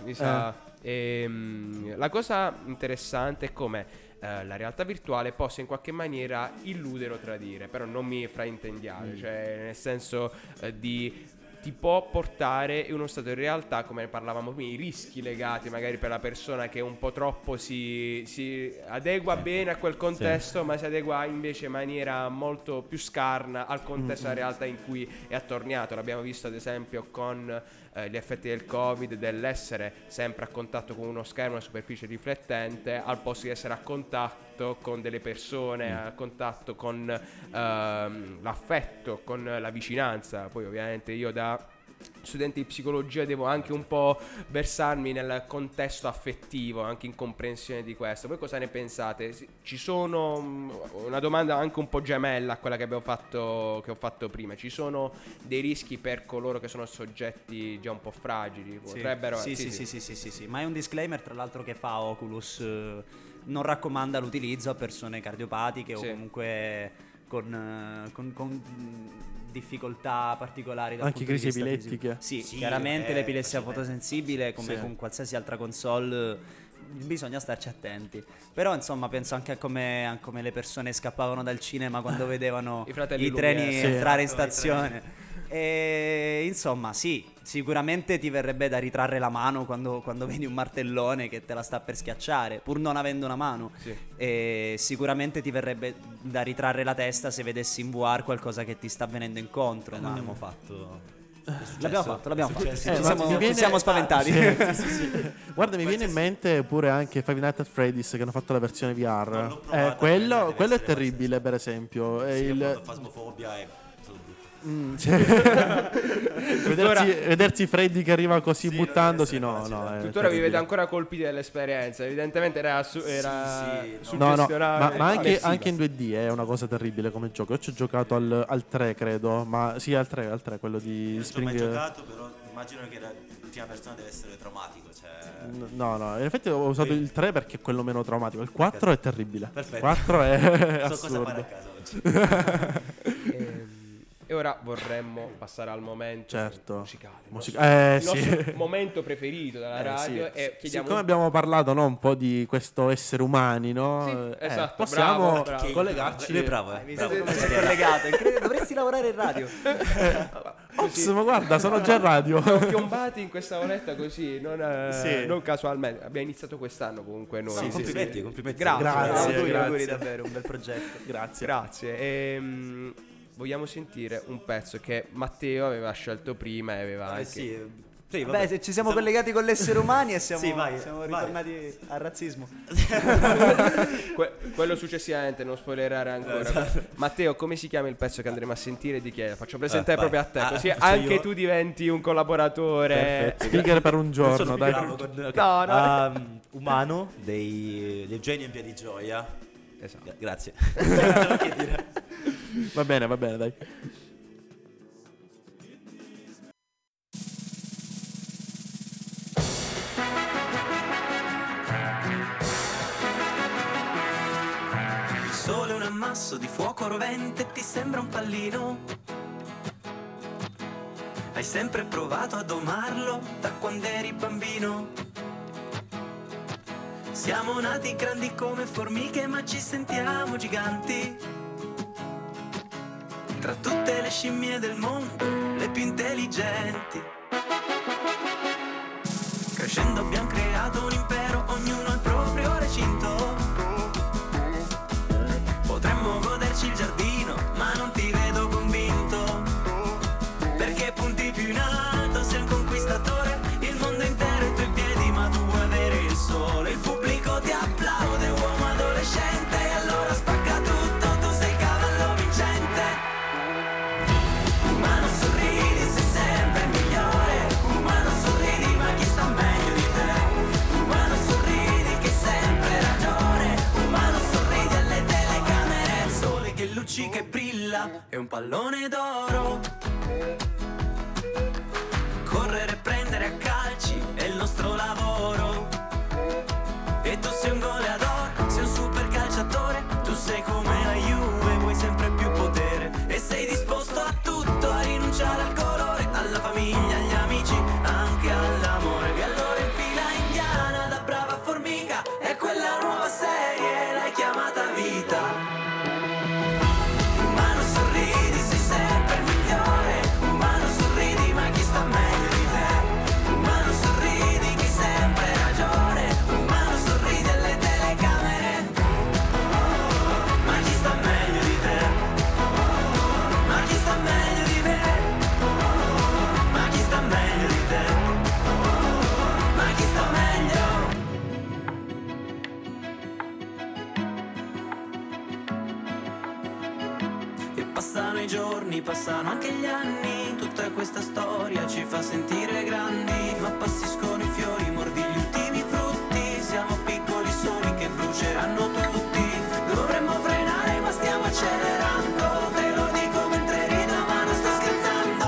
La cosa interessante è come la realtà virtuale possa in qualche maniera illudere o tradire, però non mi fraintendiate, cioè nel senso di ti può portare in uno stato di realtà, come ne parlavamo prima, i rischi legati magari per la persona che un po' troppo si adegua bene a quel contesto, ma si adegua invece in maniera molto più scarna al contesto della realtà in cui è attorniato. L'abbiamo visto ad esempio con gli effetti del Covid, dell'essere sempre a contatto con uno schermo, una superficie riflettente, al posto di essere a contatto con delle persone, a contatto con l'affetto, con la vicinanza. Poi ovviamente io da studente di psicologia devo anche un po' versarmi nel contesto affettivo, anche in comprensione di questo. Voi cosa ne pensate? Ci sono una domanda anche un po' gemella a quella che ho fatto prima. Ci sono dei rischi per coloro che sono soggetti già un po' fragili? Potrebbero Sì. Ma è un disclaimer tra l'altro che fa Oculus, non raccomanda l'utilizzo a persone cardiopatiche o comunque con difficoltà particolari dal anche punto crisi di vista epilettiche. Sì, Sì, chiaramente l'epilessia fotosensibile, come Sì. con qualsiasi altra console, bisogna starci attenti. Però insomma penso anche a come le persone scappavano dal cinema quando vedevano I fratelli i treni Lumière. Sì. entrare in stazione. E insomma sì, sicuramente ti verrebbe da ritrarre la mano quando vedi un martellone che te la sta per schiacciare, pur non avendo una mano. Sì. E sicuramente ti verrebbe da ritrarre la testa se vedessi in VR qualcosa che ti sta venendo incontro. Ma L'abbiamo fatto. l'abbiamo fatto. Ma Ci siamo spaventati. Sì. Guarda, mi viene in mente pure anche Five Nights at Freddy's che hanno fatto la versione VR. Non l'ho provata, Quello deve è essere terribile, per esempio. È Sì, il- fasmofobia è stato brutto. vedersi Freddy che arriva così Sì, buttandosi, non no, deve essere no. facile. è Tuttora vi terribile. vedete ancora colpiti dall'esperienza. Evidentemente era sì, No, no, suggestionale. ma anche, immersiva. anche in 2D è una cosa terribile come gioco. Io ci ho giocato al 3, credo. Ma sì, al 3, quello di Non ci ho mai Spring. giocato, però immagino che l'ultima persona deve essere traumatico. Cioè... No, in effetti ho usato il 3 perché è quello meno traumatico. Il 4 è terribile. Perfetto. Il 4 è So cosa fare a assurdo. casa oggi. E ora vorremmo passare al momento Certo. musicale. Il Sì. nostro momento preferito della radio. Sì. E chiediamo Siccome abbiamo parlato un po' di questo essere umani, no? Sì, esatto, possiamo bravo. collegarci. Lui è bravo, Visto bravo. come sei collegato, dovresti lavorare in radio. Ops, ma guarda, sono già in radio. siamo piombati in questa oretta così, Sì. non casualmente. Abbiamo iniziato quest'anno comunque noi. Sì, Sì, complimenti, sì. complimenti. Grazie. Grazie. Auguri davvero, un bel progetto. Grazie. Vogliamo sentire un pezzo che Matteo aveva scelto prima e aveva anche... Sì, Beh, se ci siamo collegati con l'essere umani e siamo, Sì, vai, siamo vai. ritornati al razzismo. Quello successivamente, non spoilerare ancora. Matteo, come si chiama il pezzo che andremo a sentire? Di chi è? Faccio presentare vai. proprio a te, così faccio anche io? tu diventi un collaboratore. Speaker per un giorno, dai. No. Umano del genio in via di gioia. Esatto. Grazie. Va bene, dai. Il sole è un ammasso di fuoco rovente, ti sembra un pallino. Hai sempre provato a domarlo da quando eri bambino. Siamo nati grandi come formiche ma ci sentiamo giganti. Tra tutte le scimmie del mondo, le più intelligenti. Crescendo abbiamo creato un impero, ognuno al proprio recinto. Potremmo goderci il giardino, ma non ti vedo convinto. Perché punti più in alto, sei un conquistatore. Il mondo intero è ai tuoi piedi, ma tu vuoi avere il sole. Il pubblico ti applaude, uomo adolescente. E allora spacca tutto, tu sei il cavallo vincente. Umano sorridi, sei sempre il migliore. Umano sorridi, ma chi sta meglio di te? Umano sorridi, che hai sempre ragione. Umano sorridi alle telecamere. Il sole che luccica e brilla è un pallone d'oro. Correre e prendere a calci è il nostro lavoro. E tu sei un goleador, sei un super calciatore. Tu sei come la Juve, vuoi sempre più potere. E sei disposto a tutto, a rinunciare al colore, alla famiglia, agli amici, anche all'amore. E allora in fila indiana, da brava formica, è quella nuova serie, l'hai chiamata vita. Umano sorridi, sei sempre il migliore. passano anche gli anni, tutta questa storia ci fa sentire grandi, ma appassiscono i fiori, mordi gli ultimi frutti, siamo piccoli soli che bruceranno tutti, dovremmo frenare ma stiamo accelerando, te lo dico mentre rido ma non sto scherzando.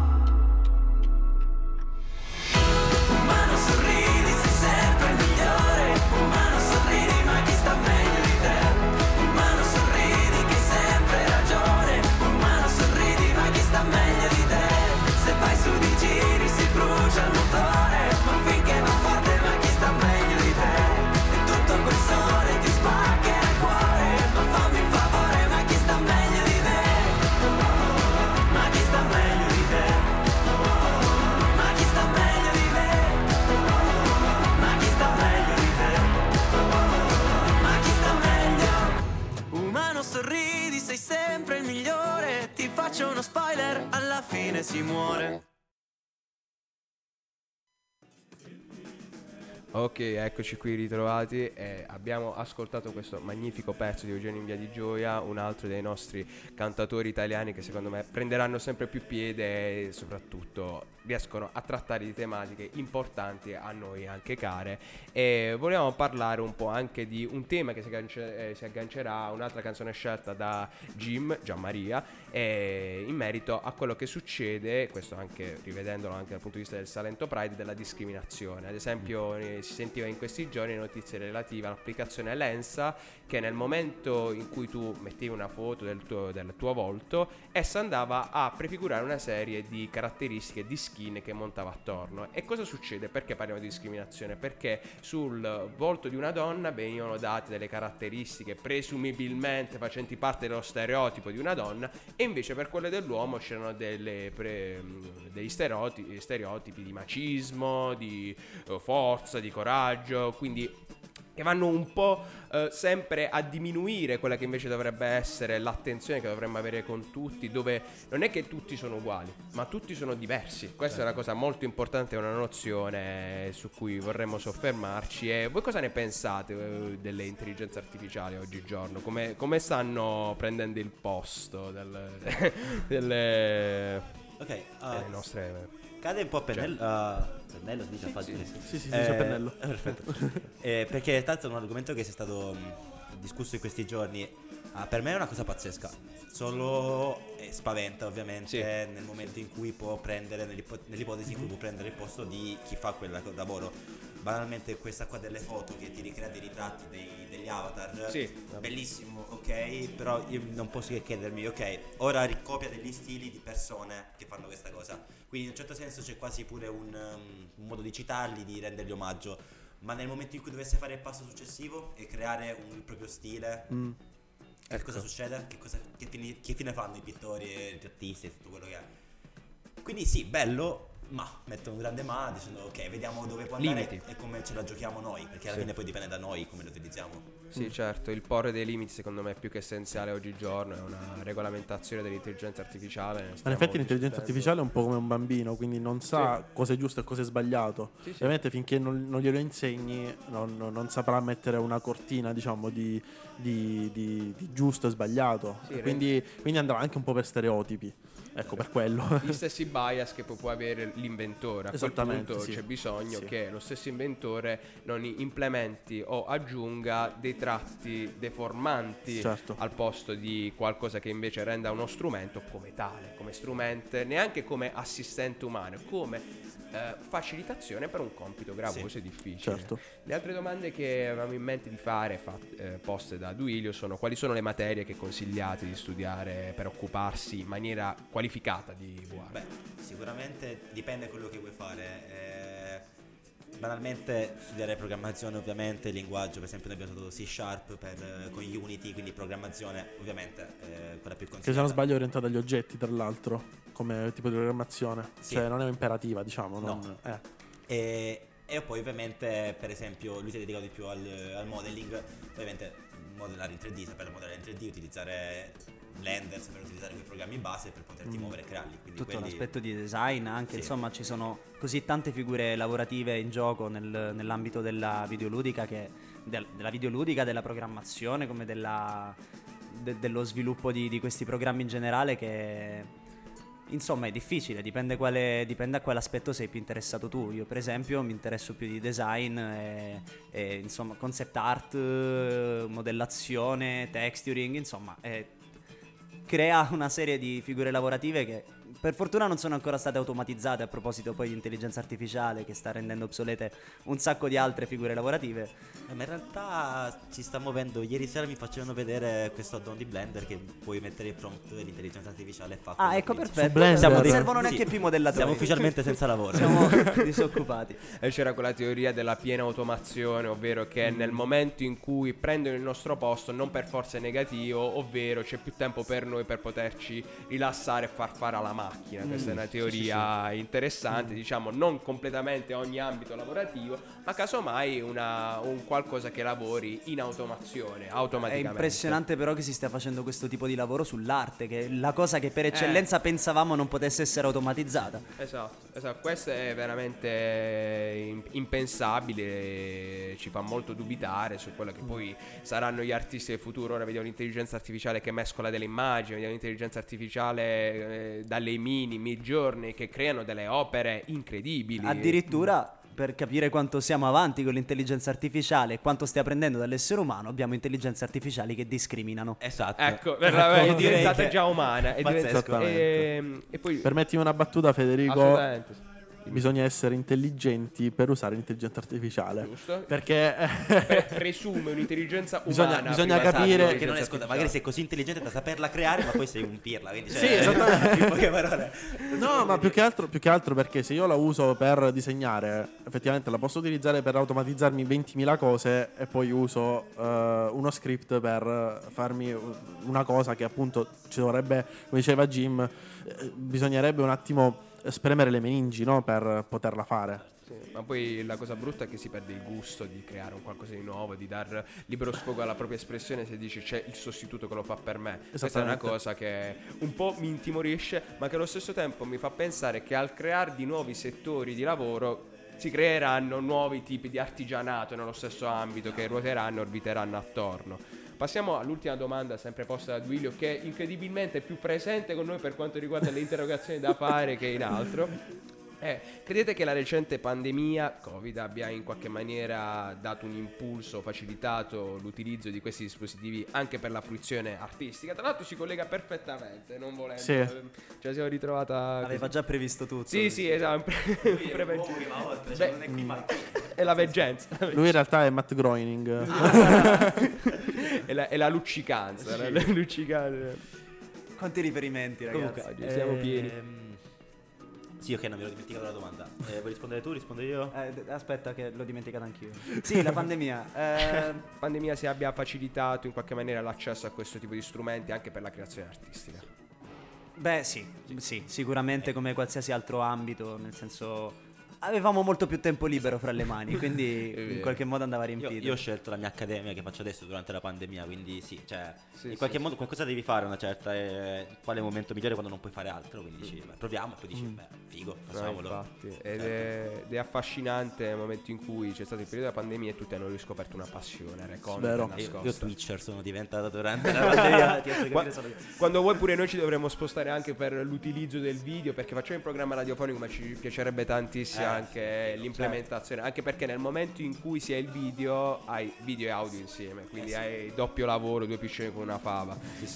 Umano sorridi, sei sempre il migliore, umano sorridi ma chi sta meglio di te, umano sorridi che hai sempre ragione, umano sorridi ma chi sta meglio di te, se vai su di giri si brucia il motore, ma finché va forte ma chi sta meglio di te, e tutto quel sole ti spaccherà il cuore, ma fammi un favore ma chi sta meglio di te, ma chi sta meglio di te, ma chi sta meglio di te, ma chi sta meglio di te, ma chi sta meglio. Umano sorridi, sei sempre il migliore, ti faccio uno spoiler, alla fine si muore. Ok, eccoci qui ritrovati e abbiamo ascoltato questo magnifico pezzo di Eugenio in Via di Gioia, un altro dei nostri cantatori italiani che secondo me prenderanno sempre più piede e soprattutto riescono a trattare di tematiche importanti a noi anche care, e volevamo parlare un po' anche di un tema che si aggancerà a un'altra canzone scelta da Gianmaria, in merito a quello che succede, questo anche rivedendolo anche dal punto di vista del Salento Pride, della discriminazione. Ad esempio si sentiva in questi giorni notizie relative all'applicazione Lensa, che nel momento in cui tu mettevi una foto del tuo volto, essa andava a prefigurare una serie di caratteristiche di skin che montava attorno. E cosa succede? Perché parliamo di discriminazione? Perché sul volto di una donna venivano date delle caratteristiche presumibilmente facenti parte dello stereotipo di una donna, e invece per quelle dell'uomo c'erano degli stereotipi di macismo, di forza, di coraggio, quindi che vanno un po' sempre a diminuire quella che invece dovrebbe essere l'attenzione che dovremmo avere con tutti, dove non è che tutti sono uguali, ma tutti sono diversi. Questa è una cosa molto importante, è una nozione su cui vorremmo soffermarci. E voi cosa ne pensate delle intelligenze artificiali oggigiorno? Come stanno prendendo il posto delle nostre... Cade un po' a pennello. Pennello si dice a Sì, si dice pennello. Perfetto. Perché tanto è un argomento che si è stato discusso in questi giorni. Per me è una cosa pazzesca. Solo spaventa ovviamente, sì, nel momento in cui può prendere, nell'ipotesi in cui può prendere il posto di chi fa quel lavoro. Banalmente questa qua delle foto che ti ricrea dei ritratti degli avatar, sì, bellissimo, ok, però io non posso che chiedermi, ok, ora ricopia degli stili di persone che fanno questa cosa, quindi in un certo senso c'è quasi pure un modo di citarli, di rendergli omaggio, ma nel momento in cui dovesse fare il passo successivo e creare un proprio stile, che cosa succede? Che fine fanno i pittori e gli artisti e tutto quello che è? Quindi sì, bello, ma metto un grande ma dicendo ok, vediamo dove può andare limiti, e come ce la giochiamo noi, perché alla fine poi dipende da noi come lo utilizziamo. Sì, certo, il porre dei limiti secondo me è più che essenziale oggigiorno, è una regolamentazione dell'intelligenza artificiale. Ma in effetti l'intelligenza artificiale è un po' come un bambino, quindi non sa cosa è giusto e cosa è sbagliato. Sì, sì. Ovviamente finché non glielo insegni non saprà mettere una cortina, diciamo, di giusto e sbagliato. Sì, quindi andrà anche un po' per stereotipi. Ecco, per quello. Gli stessi bias che può avere l'inventore. A quel Esattamente, punto sì. c'è bisogno Sì. che lo stesso inventore non implementi o aggiunga dei tratti deformanti, Certo. al posto di qualcosa che invece renda uno strumento come tale, come strumento, neanche come assistente umano, come facilitazione per un compito gravoso e difficile. Certo. Le altre domande che avevamo in mente di fare, poste da Duilio, sono: quali sono le materie che consigliate di studiare per occuparsi in maniera qualificata di VR? Beh, sicuramente dipende da quello che vuoi fare. Banalmente studiare programmazione, ovviamente, linguaggio, per esempio noi abbiamo studiato C# con Unity, quindi programmazione ovviamente quella più consigliata. Che se non sbaglio è orientata agli oggetti, tra l'altro, come tipo di programmazione. Sì. Cioè non è imperativa, diciamo. No. E poi ovviamente, per esempio, lui si è dedicato di più al modeling, ovviamente modellare in 3D, saper modellare in 3D, utilizzare Blender, saper utilizzare quei programmi base per poterti muovere e crearli. Quindi Tutto un aspetto di design anche, Sì. insomma ci sono così tante figure lavorative in gioco nell'ambito della videoludica, della programmazione, come dello sviluppo di questi programmi in generale, che Insomma, è difficile, dipende a quale aspetto sei più interessato tu. Io, per esempio, mi interesso più di design e insomma, concept art, modellazione, texturing, insomma, crea una serie di figure lavorative che per fortuna non sono ancora state automatizzate, a proposito poi di intelligenza artificiale che sta rendendo obsolete un sacco di altre figure lavorative. Ma in realtà ci sta muovendo. Ieri sera mi facevano vedere questo add-on di Blender che puoi mettere il prompt dell'intelligenza artificiale e fa Ah, quello ecco, che dici. perfetto. Blender. Non servono neanche Sì. più modellatori. Siamo ufficialmente senza lavoro. Siamo disoccupati. E c'era quella teoria della piena automazione, ovvero che nel momento in cui prendono il nostro posto non per forza è negativo, ovvero c'è più tempo per noi per poterci rilassare e far fare alla macchina. Questa è una teoria interessante, diciamo non completamente ogni ambito lavorativo, ma casomai un qualcosa che lavori in automazione, È automaticamente. impressionante però che si stia facendo questo tipo di lavoro sull'arte, che è la cosa che per eccellenza pensavamo non potesse essere automatizzata. Esatto, questo è veramente impensabile e ci fa molto dubitare su quello che poi saranno gli artisti del futuro. Ora vediamo l'intelligenza artificiale che mescola delle immagini, vediamo l'intelligenza artificiale dalle mini, Midjourney, che creano delle opere incredibili. Addirittura, per capire quanto siamo avanti con l'intelligenza artificiale e quanto stia prendendo dall'essere umano, abbiamo intelligenze artificiali che discriminano. Esatto. Ecco, Io è direi diventata che già umana. pazzesco. E poi Permettimi una battuta, Federico. assolutamente Bisogna essere intelligenti per usare l'intelligenza artificiale. giusto. Perché Presume un'intelligenza Bisogna- umana. bisogna prima di capire- intelligenza Perché non è, scusa, artificiale. magari sei così intelligente da saperla creare, ma poi sei un pirla. Quindi, Sì, esattamente. in poche parole. no, ma più che altro perché se io la uso per disegnare, effettivamente la posso utilizzare per automatizzarmi 20.000 cose e poi uso uno script per farmi una cosa che appunto ci dovrebbe, come diceva Jim, bisognerebbe un attimo spremere le meningi, no? Per poterla fare. Sì, ma poi la cosa brutta è che si perde il gusto di creare un qualcosa di nuovo, di dar libero sfogo alla propria espressione se dici c'è il sostituto che lo fa per me. Questa è una Esattamente. cosa che un po' mi intimorisce, ma che allo stesso tempo mi fa pensare che al creare di nuovi settori di lavoro si creeranno nuovi tipi di artigianato nello stesso ambito che ruoteranno e orbiteranno attorno. Passiamo all'ultima domanda, sempre posta da Duilio, che incredibilmente è più presente con noi per quanto riguarda le interrogazioni da fare che in altro. Credete che la recente pandemia Covid abbia in qualche maniera dato un impulso, facilitato l'utilizzo di questi dispositivi anche per la fruizione artistica? Tra l'altro si collega perfettamente, non volendo. Sì. Ce la siamo ritrovata Aveva così. già previsto tutto. Sì, esatto. È la veggenza. Lui in realtà è Matt Groening. È la luccicanza. La luccicanza. Quanti riferimenti, ragazzi. Comunque, oggi siamo pieni. Sì, ok, non mi ero dimenticato la domanda. Vuoi rispondere tu? Rispondo io? Aspetta che l'ho dimenticato anch'io. Sì, la pandemia. La pandemia si abbia facilitato in qualche maniera l'accesso a questo tipo di strumenti anche per la creazione artistica. Beh, sì, sicuramente come qualsiasi altro ambito, nel senso avevamo molto più tempo libero fra le mani, quindi vero. in qualche modo andava riempito. Io ho scelto la mia accademia che faccio adesso durante la pandemia, quindi sì, cioè Sì, in qualche sì, modo qualcosa devi fare una certa, qual è il momento migliore quando non puoi fare altro, quindi dici beh, proviamo e poi dici beh figo, No, facciamolo. infatti. Ed è affascinante nel momento in cui c'è stato il periodo della pandemia e tutti hanno riscoperto una passione Vero. nascosta. Io Twitcher sono diventato durante la pandemia. ti posso capire solo io. Quando vuoi pure noi ci dovremmo spostare anche per l'utilizzo del video, perché facciamo il programma radiofonico, ma ci piacerebbe tantissimo anche l'implementazione, anche perché nel momento in cui si ha il video hai video e audio insieme, quindi hai doppio lavoro, due piccioni con una fava.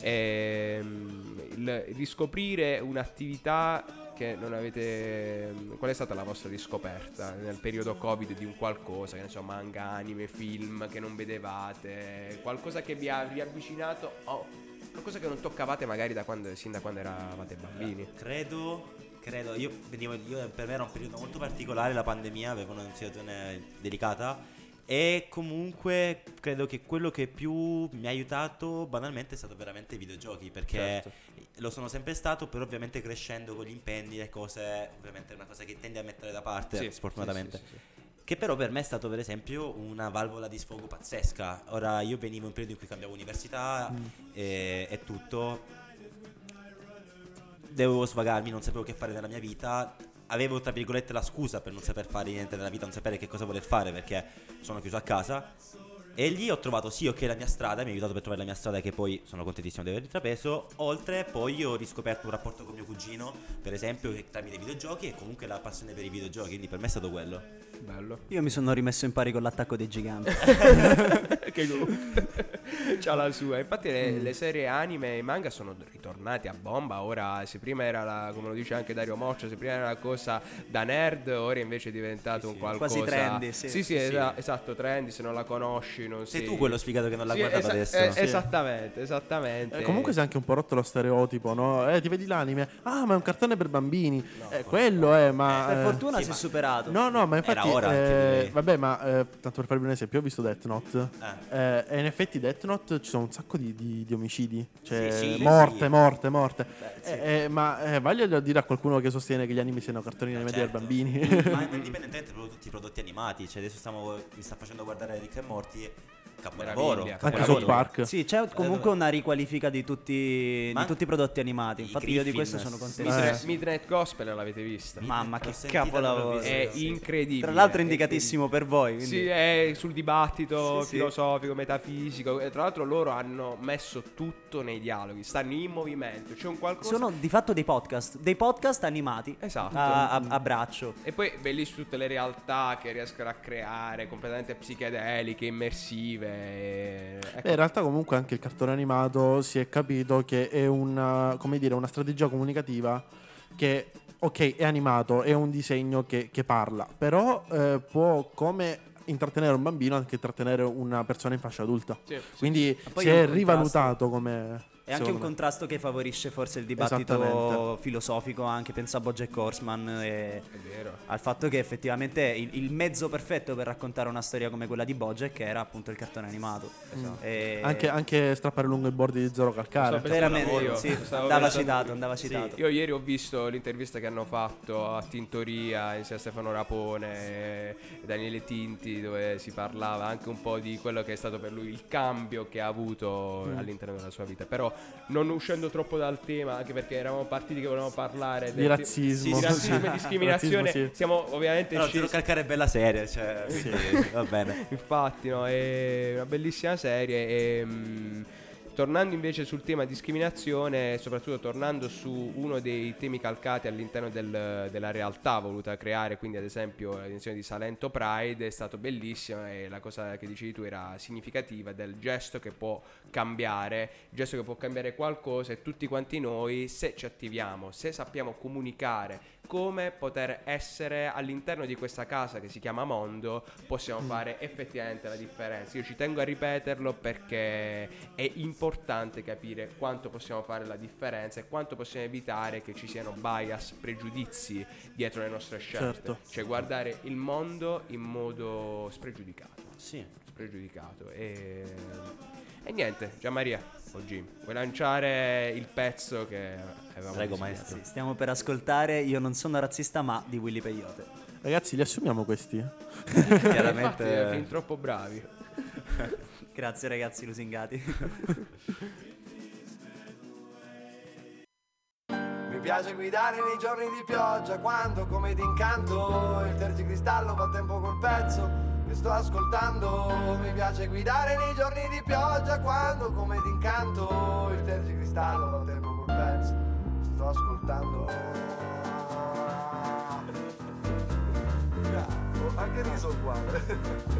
Il riscoprire un'attività che non avete. Qual è stata la vostra riscoperta nel periodo Covid di un qualcosa, che ne so, manga, anime, film che non vedevate, qualcosa che vi ha riavvicinato o qualcosa che non toccavate magari sin da quando eravate bambini? Credo, io per me era un periodo molto particolare, la pandemia, avevo una situazione delicata e comunque credo che quello che più mi ha aiutato banalmente è stato veramente i videogiochi, perché Certo. lo sono sempre stato, però ovviamente crescendo con gli impegni, le cose, ovviamente è una cosa che tendi a mettere da parte, Sì, sfortunatamente. sì. Che però per me è stato per esempio una valvola di sfogo pazzesca. Ora io venivo in un periodo in cui cambiavo università e tutto, dovevo svagarmi, non sapevo che fare nella mia vita. Avevo tra virgolette la scusa per non saper fare niente nella vita, non sapere che cosa voler fare, perché sono chiuso a casa. E lì ho trovato sì, ok, la mia strada, mi ha aiutato per trovare la mia strada, che poi sono contentissimo di aver intrapreso. Oltre, poi ho riscoperto un rapporto con mio cugino, per esempio, che tramite i videogiochi, e comunque la passione per i videogiochi, quindi per me è stato quello. Bello. Io mi sono rimesso in pari con l'attacco dei giganti. Che comunque c'ha la sua. Infatti le serie anime e manga sono ritornati a bomba. Ora, se prima era come lo dice anche Dario Moccia, se prima era una cosa da nerd, ora invece è diventato un qualcosa quasi trendy, sì. Esatto, trendy. Se non la conosci non Sei si... tu quello sfigato che non l'ha Sì, guardato adesso. Esattamente. Comunque si è anche un po' rotto lo stereotipo, no? Ti vedi l'anime? Ah, ma è un cartone per bambini. Quello è, ma... Per fortuna sì, si è ma- superato. No, ma infatti... Era ora anche, direi. vabbè, ma tanto per farvi un esempio, ho visto Death Note. E in effetti Death Note ci sono un sacco di omicidi. Cioè, Sì, morte. sì. Voglio dire a qualcuno che sostiene che gli anime siano cartoni animati per Certo. bambini. Ma indipendentemente da tutti i prodotti animati, cioè adesso mi sta facendo guardare Rick e Morty, capolavoro. Meraviglia. Anche South Park. Sì, c'è comunque una riqualifica di tutti i prodotti animati. I Infatti io di Griffin, questo sono sì. contento. Midnight Gospel l'avete vista? Mamma, che L'ho sentita, capolavoro. l'ho vista. È Sì. incredibile. Tra l'altro indicatissimo per voi. Quindi. Sì, è sul dibattito Sì, sì. filosofico, metafisico. E tra l'altro loro hanno messo tutto nei dialoghi, stanno in movimento. C'è un qualcosa. Sono di fatto dei podcast animati. Esatto. A braccio. E poi bellissime tutte le realtà che riescono a creare, completamente psichedeliche, immersive. Ecco. In realtà comunque anche il cartone animato si è capito che è una strategia comunicativa che, ok, è animato, è un disegno che parla, però può come intrattenere un bambino anche intrattenere una persona in fascia adulta. Sì. Quindi poi si è è un contrasto. rivalutato come... È anche un secondo me. contrasto che favorisce forse il dibattito Esattamente. filosofico, anche penso a BoJack Horseman e È vero. al fatto che effettivamente il mezzo perfetto per raccontare una storia come quella di BoJack era appunto il cartone animato. Esatto. E- Anche strappare lungo i bordi di Zero Calcare. Sto veramente io. sì, Stavo andava pensando- citato. Sì, io ieri ho visto l'intervista che hanno fatto a Tintoria insieme a Stefano Rapone e Daniele Tinti, dove si parlava anche un po' di quello che è stato per lui il cambio che ha avuto all'interno della sua vita. Però non uscendo troppo dal tema, anche perché eravamo partiti che volevamo parlare Di razzismo. di razzismo Sì. e discriminazione. Razzismo, sì. Siamo ovviamente No, Zero scesi. Calcare è bella serie, cioè, quindi va bene. Infatti, no, è una bellissima serie. E, tornando invece sul tema discriminazione, soprattutto tornando su uno dei temi calcati all'interno della realtà voluta creare, quindi ad esempio l'edizione di Salento Pride è stato bellissimo, e la cosa che dicevi tu era significativa del gesto che può cambiare, il gesto che può cambiare qualcosa, e tutti quanti noi, se ci attiviamo, se sappiamo comunicare come poter essere all'interno di questa casa che si chiama mondo, possiamo fare effettivamente la differenza. Io ci tengo a ripeterlo perché è importante capire quanto possiamo fare la differenza e quanto possiamo evitare che ci siano bias, pregiudizi dietro le nostre scelte. Certo. Cioè guardare il mondo in modo spregiudicato. Sì. Spregiudicato. E niente, Gianmaria, oggi vuoi lanciare il pezzo che avevamo Prego, disegnato? maestro. Stiamo per ascoltare Io non sono razzista ma di Willy Peyote. Ragazzi, li assumiamo questi? Infatti, Chiaramente fin troppo bravi. Grazie ragazzi lusingati. Mi piace guidare nei giorni di pioggia, quando come d'incanto il tergicristallo fa tempo col pezzo che sto ascoltando. Mi piace guidare nei giorni di pioggia, quando come d'incanto il tergicristallo fa tempo col pezzo che sto ascoltando. Bravo, anche riso uguale.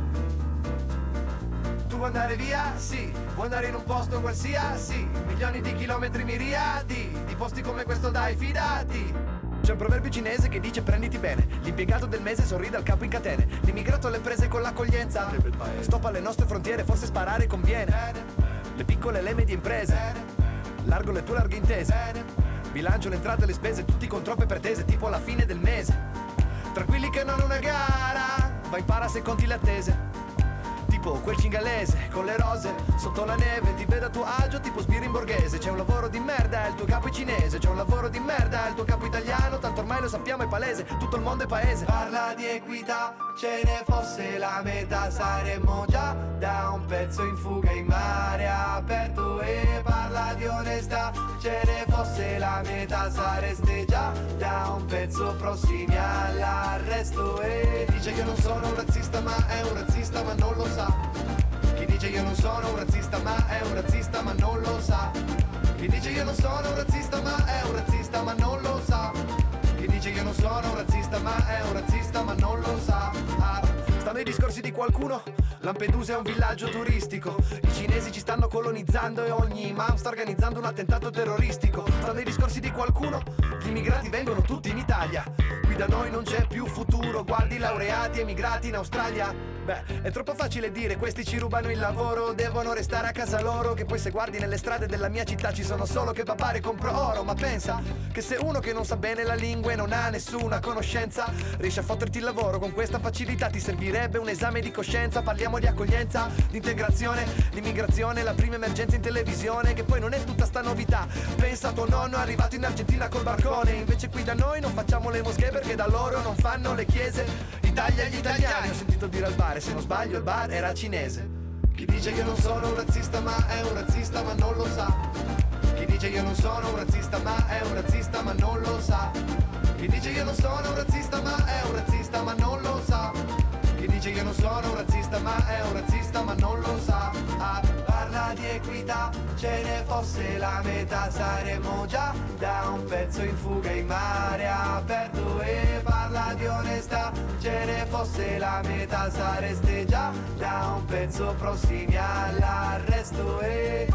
Tu vuoi andare via? Sì. Vuoi andare in un posto qualsiasi? Milioni di chilometri miriadi di posti come questo, dai, fidati. C'è un proverbio cinese che dice prenditi bene. L'impiegato del mese sorride al capo in catene. L'immigrato alle prese con l'accoglienza. Stop alle nostre frontiere, forse sparare conviene. Le piccole e le medie imprese. Largo le tue larghe intese. Bilancio le entrate e le spese, tutti con troppe pretese, tipo alla fine del mese. Tranquilli che non è una gara, vai para se conti le attese. Tipo quel cingalese con le rose sotto la neve, ti vedo a tuo agio tipo sbirri in borghese. C'è un lavoro di merda, il tuo capo è cinese. C'è un lavoro di merda, il tuo capo italiano. Tanto ormai lo sappiamo, è palese, tutto il mondo è paese. Parla di equità, ce ne fosse la metà saremmo già da un pezzo in fuga in mare aperto. E parla di onestà, ce ne fosse la metà sareste già da un pezzo prossimi all'arresto. E dice che non sono un razzista ma è un razzista ma non lo sa. Chi dice io non sono un razzista ma è un razzista ma non lo sa. Chi dice io non sono un razzista ma è un razzista ma non lo sa. Chi dice io non sono un razzista ma è un razzista ma non lo sa. Stanno i discorsi di qualcuno. Lampedusa è un villaggio turistico. I cinesi ci stanno colonizzando e ogni imam sta organizzando un attentato terroristico. Stanno i discorsi di qualcuno. Gli immigrati vengono tutti in Italia. Qui da noi non c'è più futuro. Guardi laureati emigrati in Australia. Beh, è troppo facile dire questi ci rubano il lavoro, devono restare a casa loro. Che poi se guardi nelle strade della mia città ci sono solo che papare compro oro. Ma pensa che se uno che non sa bene la lingua e non ha nessuna conoscenza riesce a fotterti il lavoro con questa facilità, ti servirebbe un esame di coscienza. Parliamo di accoglienza, di integrazione, di immigrazione, la prima emergenza in televisione, che poi non è tutta sta novità. Pensa a tuo nonno arrivato in Argentina col barcone, invece qui da noi non facciamo le moschee perché da loro non fanno le chiese. Italia agli italiani, ho sentito dire al bar, se non sbaglio il bar era cinese. Chi dice io non sono un razzista ma è un razzista ma non lo sa. Chi dice io non sono un razzista ma è un razzista ma non lo sa. Chi dice io non sono un razzista ma è un razzista ma non lo sa. Chi dice io non sono un razzista ma è un razzista ma non lo sa. Parla di equità, ce ne fosse la metà saremmo già da un pezzo in fuga in mare aperto. E parla di onestà, ce ne fosse la metà sareste già da un pezzo prossimi all'arresto. E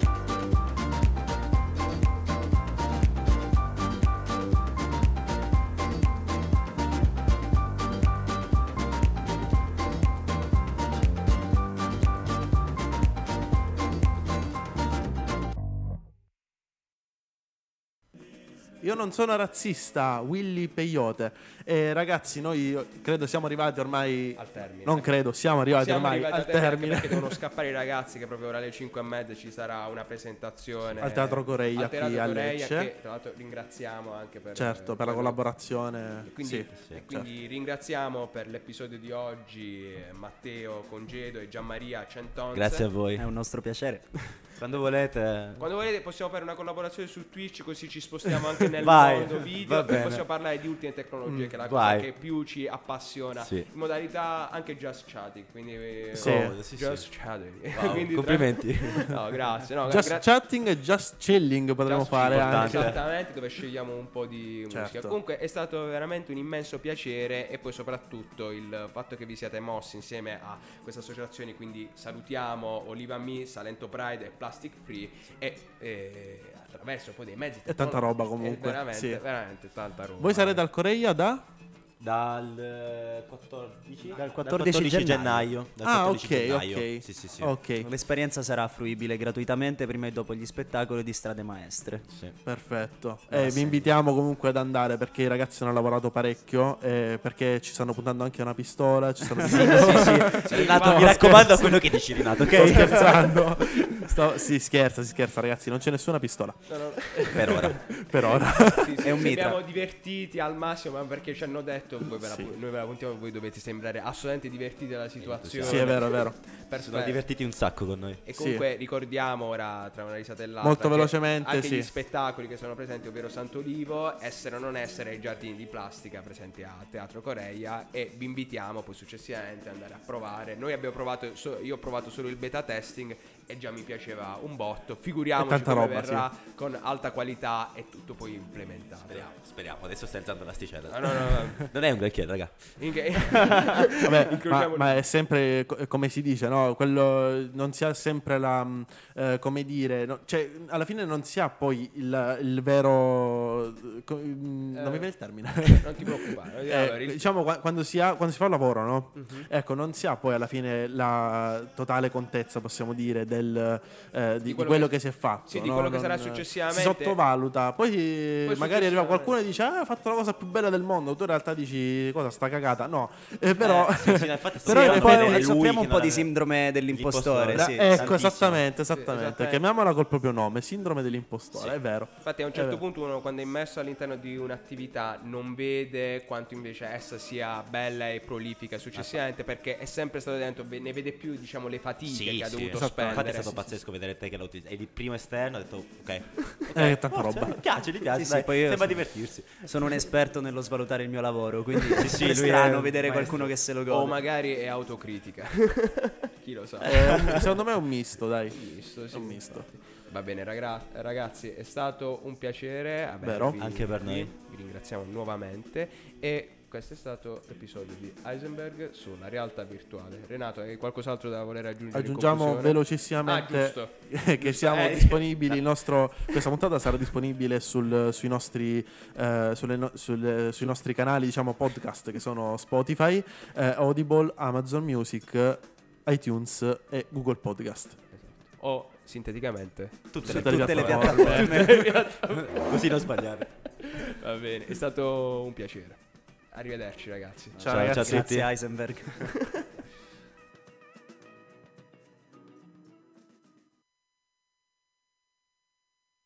Io non sono razzista, Willy Peyote. Ragazzi, noi credo siamo arrivati ormai Al termine. Non credo, siamo arrivati ormai al termine. Perché devono scappare i ragazzi, che proprio ora alle 5:30 ci sarà una presentazione al Teatro Coreia al Teatro qui a Coreia, Lecce. che tra l'altro ringraziamo anche per Per la collaborazione. Quindi, Sì, quindi certo. ringraziamo per l'episodio di oggi Matteo Congedo e Gianmaria Centonze. Grazie a voi. È un nostro piacere. Quando volete. Quando volete possiamo fare una collaborazione su Twitch, così ci spostiamo anche nel Vai, mondo va video e bene. possiamo parlare di ultime tecnologie, che è la cosa vai. che più ci appassiona, Sì. in modalità anche just chatting, quindi Sì. Sì, just chatting. Wow, Quindi complimenti. No, grazie. No, Just chatting e just chilling potremmo Just fare importante. anche. Esattamente, dove scegliamo un po' di musica. Certo. Comunque è stato veramente un immenso piacere, e poi soprattutto il fatto che vi siate mossi insieme a queste associazioni. Quindi salutiamo Oliva Me, Salento Pride e Plastic Free, e attraverso poi dei mezzi E tanta roba tecnologici, comunque, veramente, sì. veramente tanta roba. Voi sarete al Coreia da? Dal 14, Dal 14 gennaio. Dal Ah, 14 ok, gennaio. ok. Sì. Ok, L'esperienza sarà fruibile gratuitamente prima e dopo gli spettacoli di Strade Maestre. Sì. perfetto. Sì. Vi invitiamo comunque ad andare, perché i ragazzi hanno lavorato parecchio, perché ci stanno puntando anche una pistola, ci stanno Renato, mi raccomando a quello che dici, Renato, ok? Sto scherzando. Si scherza ragazzi, non c'è nessuna pistola Per ora. per ora. Sì, È un ci mitra. abbiamo divertiti al massimo, ma perché ci hanno detto voi noi ve la puntiamo, voi dovete sembrare assolutamente divertiti dalla situazione. Sì, è vero, è vero. Perfetto. Sono divertiti un sacco con noi. E comunque ricordiamo ora, tra una risata e l'altra, Molto che velocemente, anche sì. gli spettacoli che sono presenti, ovvero Sant'Olivo, Essere o non essere, i giardini di plastica presenti a Teatro Coreia, e vi invitiamo poi successivamente ad andare a provare. Noi abbiamo provato, io ho provato solo il beta testing e già mi piaceva un botto. Figuriamoci tanta come roba, verrà con alta qualità e tutto poi implementato. Speriamo. Adesso stai alzando l'asticella. No. Non è un granché, raga. Vabbè, Incrociamo ma è sempre come si dice, no? Quello non si ha sempre la come dire, no? Cioè alla fine non si ha poi il vero non mi viene il termine. Non ti preoccupare. Allora, Diciamo quando si fa un lavoro, no? Ecco, non si ha poi alla fine la totale contezza, possiamo dire, di quello che si è fatto. sì, di no? quello che sarà Non- successivamente. Si sottovaluta. Poi magari arriva qualcuno e dice: ah, hai fatto la cosa più bella del mondo. Tu in realtà dici: cosa, sta cagata? No, però. Sì, infatti Però in effetti- soffriamo un po' di sindrome dell'impostore. L'impostore. Sì. Ecco, tantissimo. esattamente. Chiamiamola col proprio nome, sindrome dell'impostore, è vero. Infatti a un certo punto uno, quando è immerso all'interno di un'attività, non vede quanto invece essa sia bella e prolifica successivamente, perché è sempre stato dentro, ne vede più, diciamo, le fatiche che ha dovuto spendere. Infatti è stato pazzesco vedere te che lo utilizzi. È il primo esterno, ho detto ok. Tanta roba. Mi piace, Sì, dai, poi io sembra sono- divertirsi. Sono un esperto nello svalutare il mio lavoro, quindi sì, è lui strano è vedere maestro. qualcuno che se lo O gode. magari è autocritica. chi lo sa. Secondo me è un misto, dai. Misto, sì, È un misto. infatti. Va bene, ragazzi, è stato un piacere Vero? avervi Anche per qui. noi. Vi ringraziamo nuovamente e questo è stato l'episodio di Heisenberg sulla realtà virtuale. Renato, hai qualcos'altro da voler aggiungere? Aggiungiamo in conclusione? velocissimamente giusto. che siamo disponibili. Questa puntata sarà disponibile sui nostri canali, diciamo, podcast, che sono Spotify, Audible, Amazon Music, iTunes e Google Podcast. O sinteticamente Tutte Tutte le le piattaforme. Così non sbagliare. va bene, è stato un piacere. Arrivederci ragazzi. Ciao, Ciao a ragazzi. tutti. Grazie Heisenberg.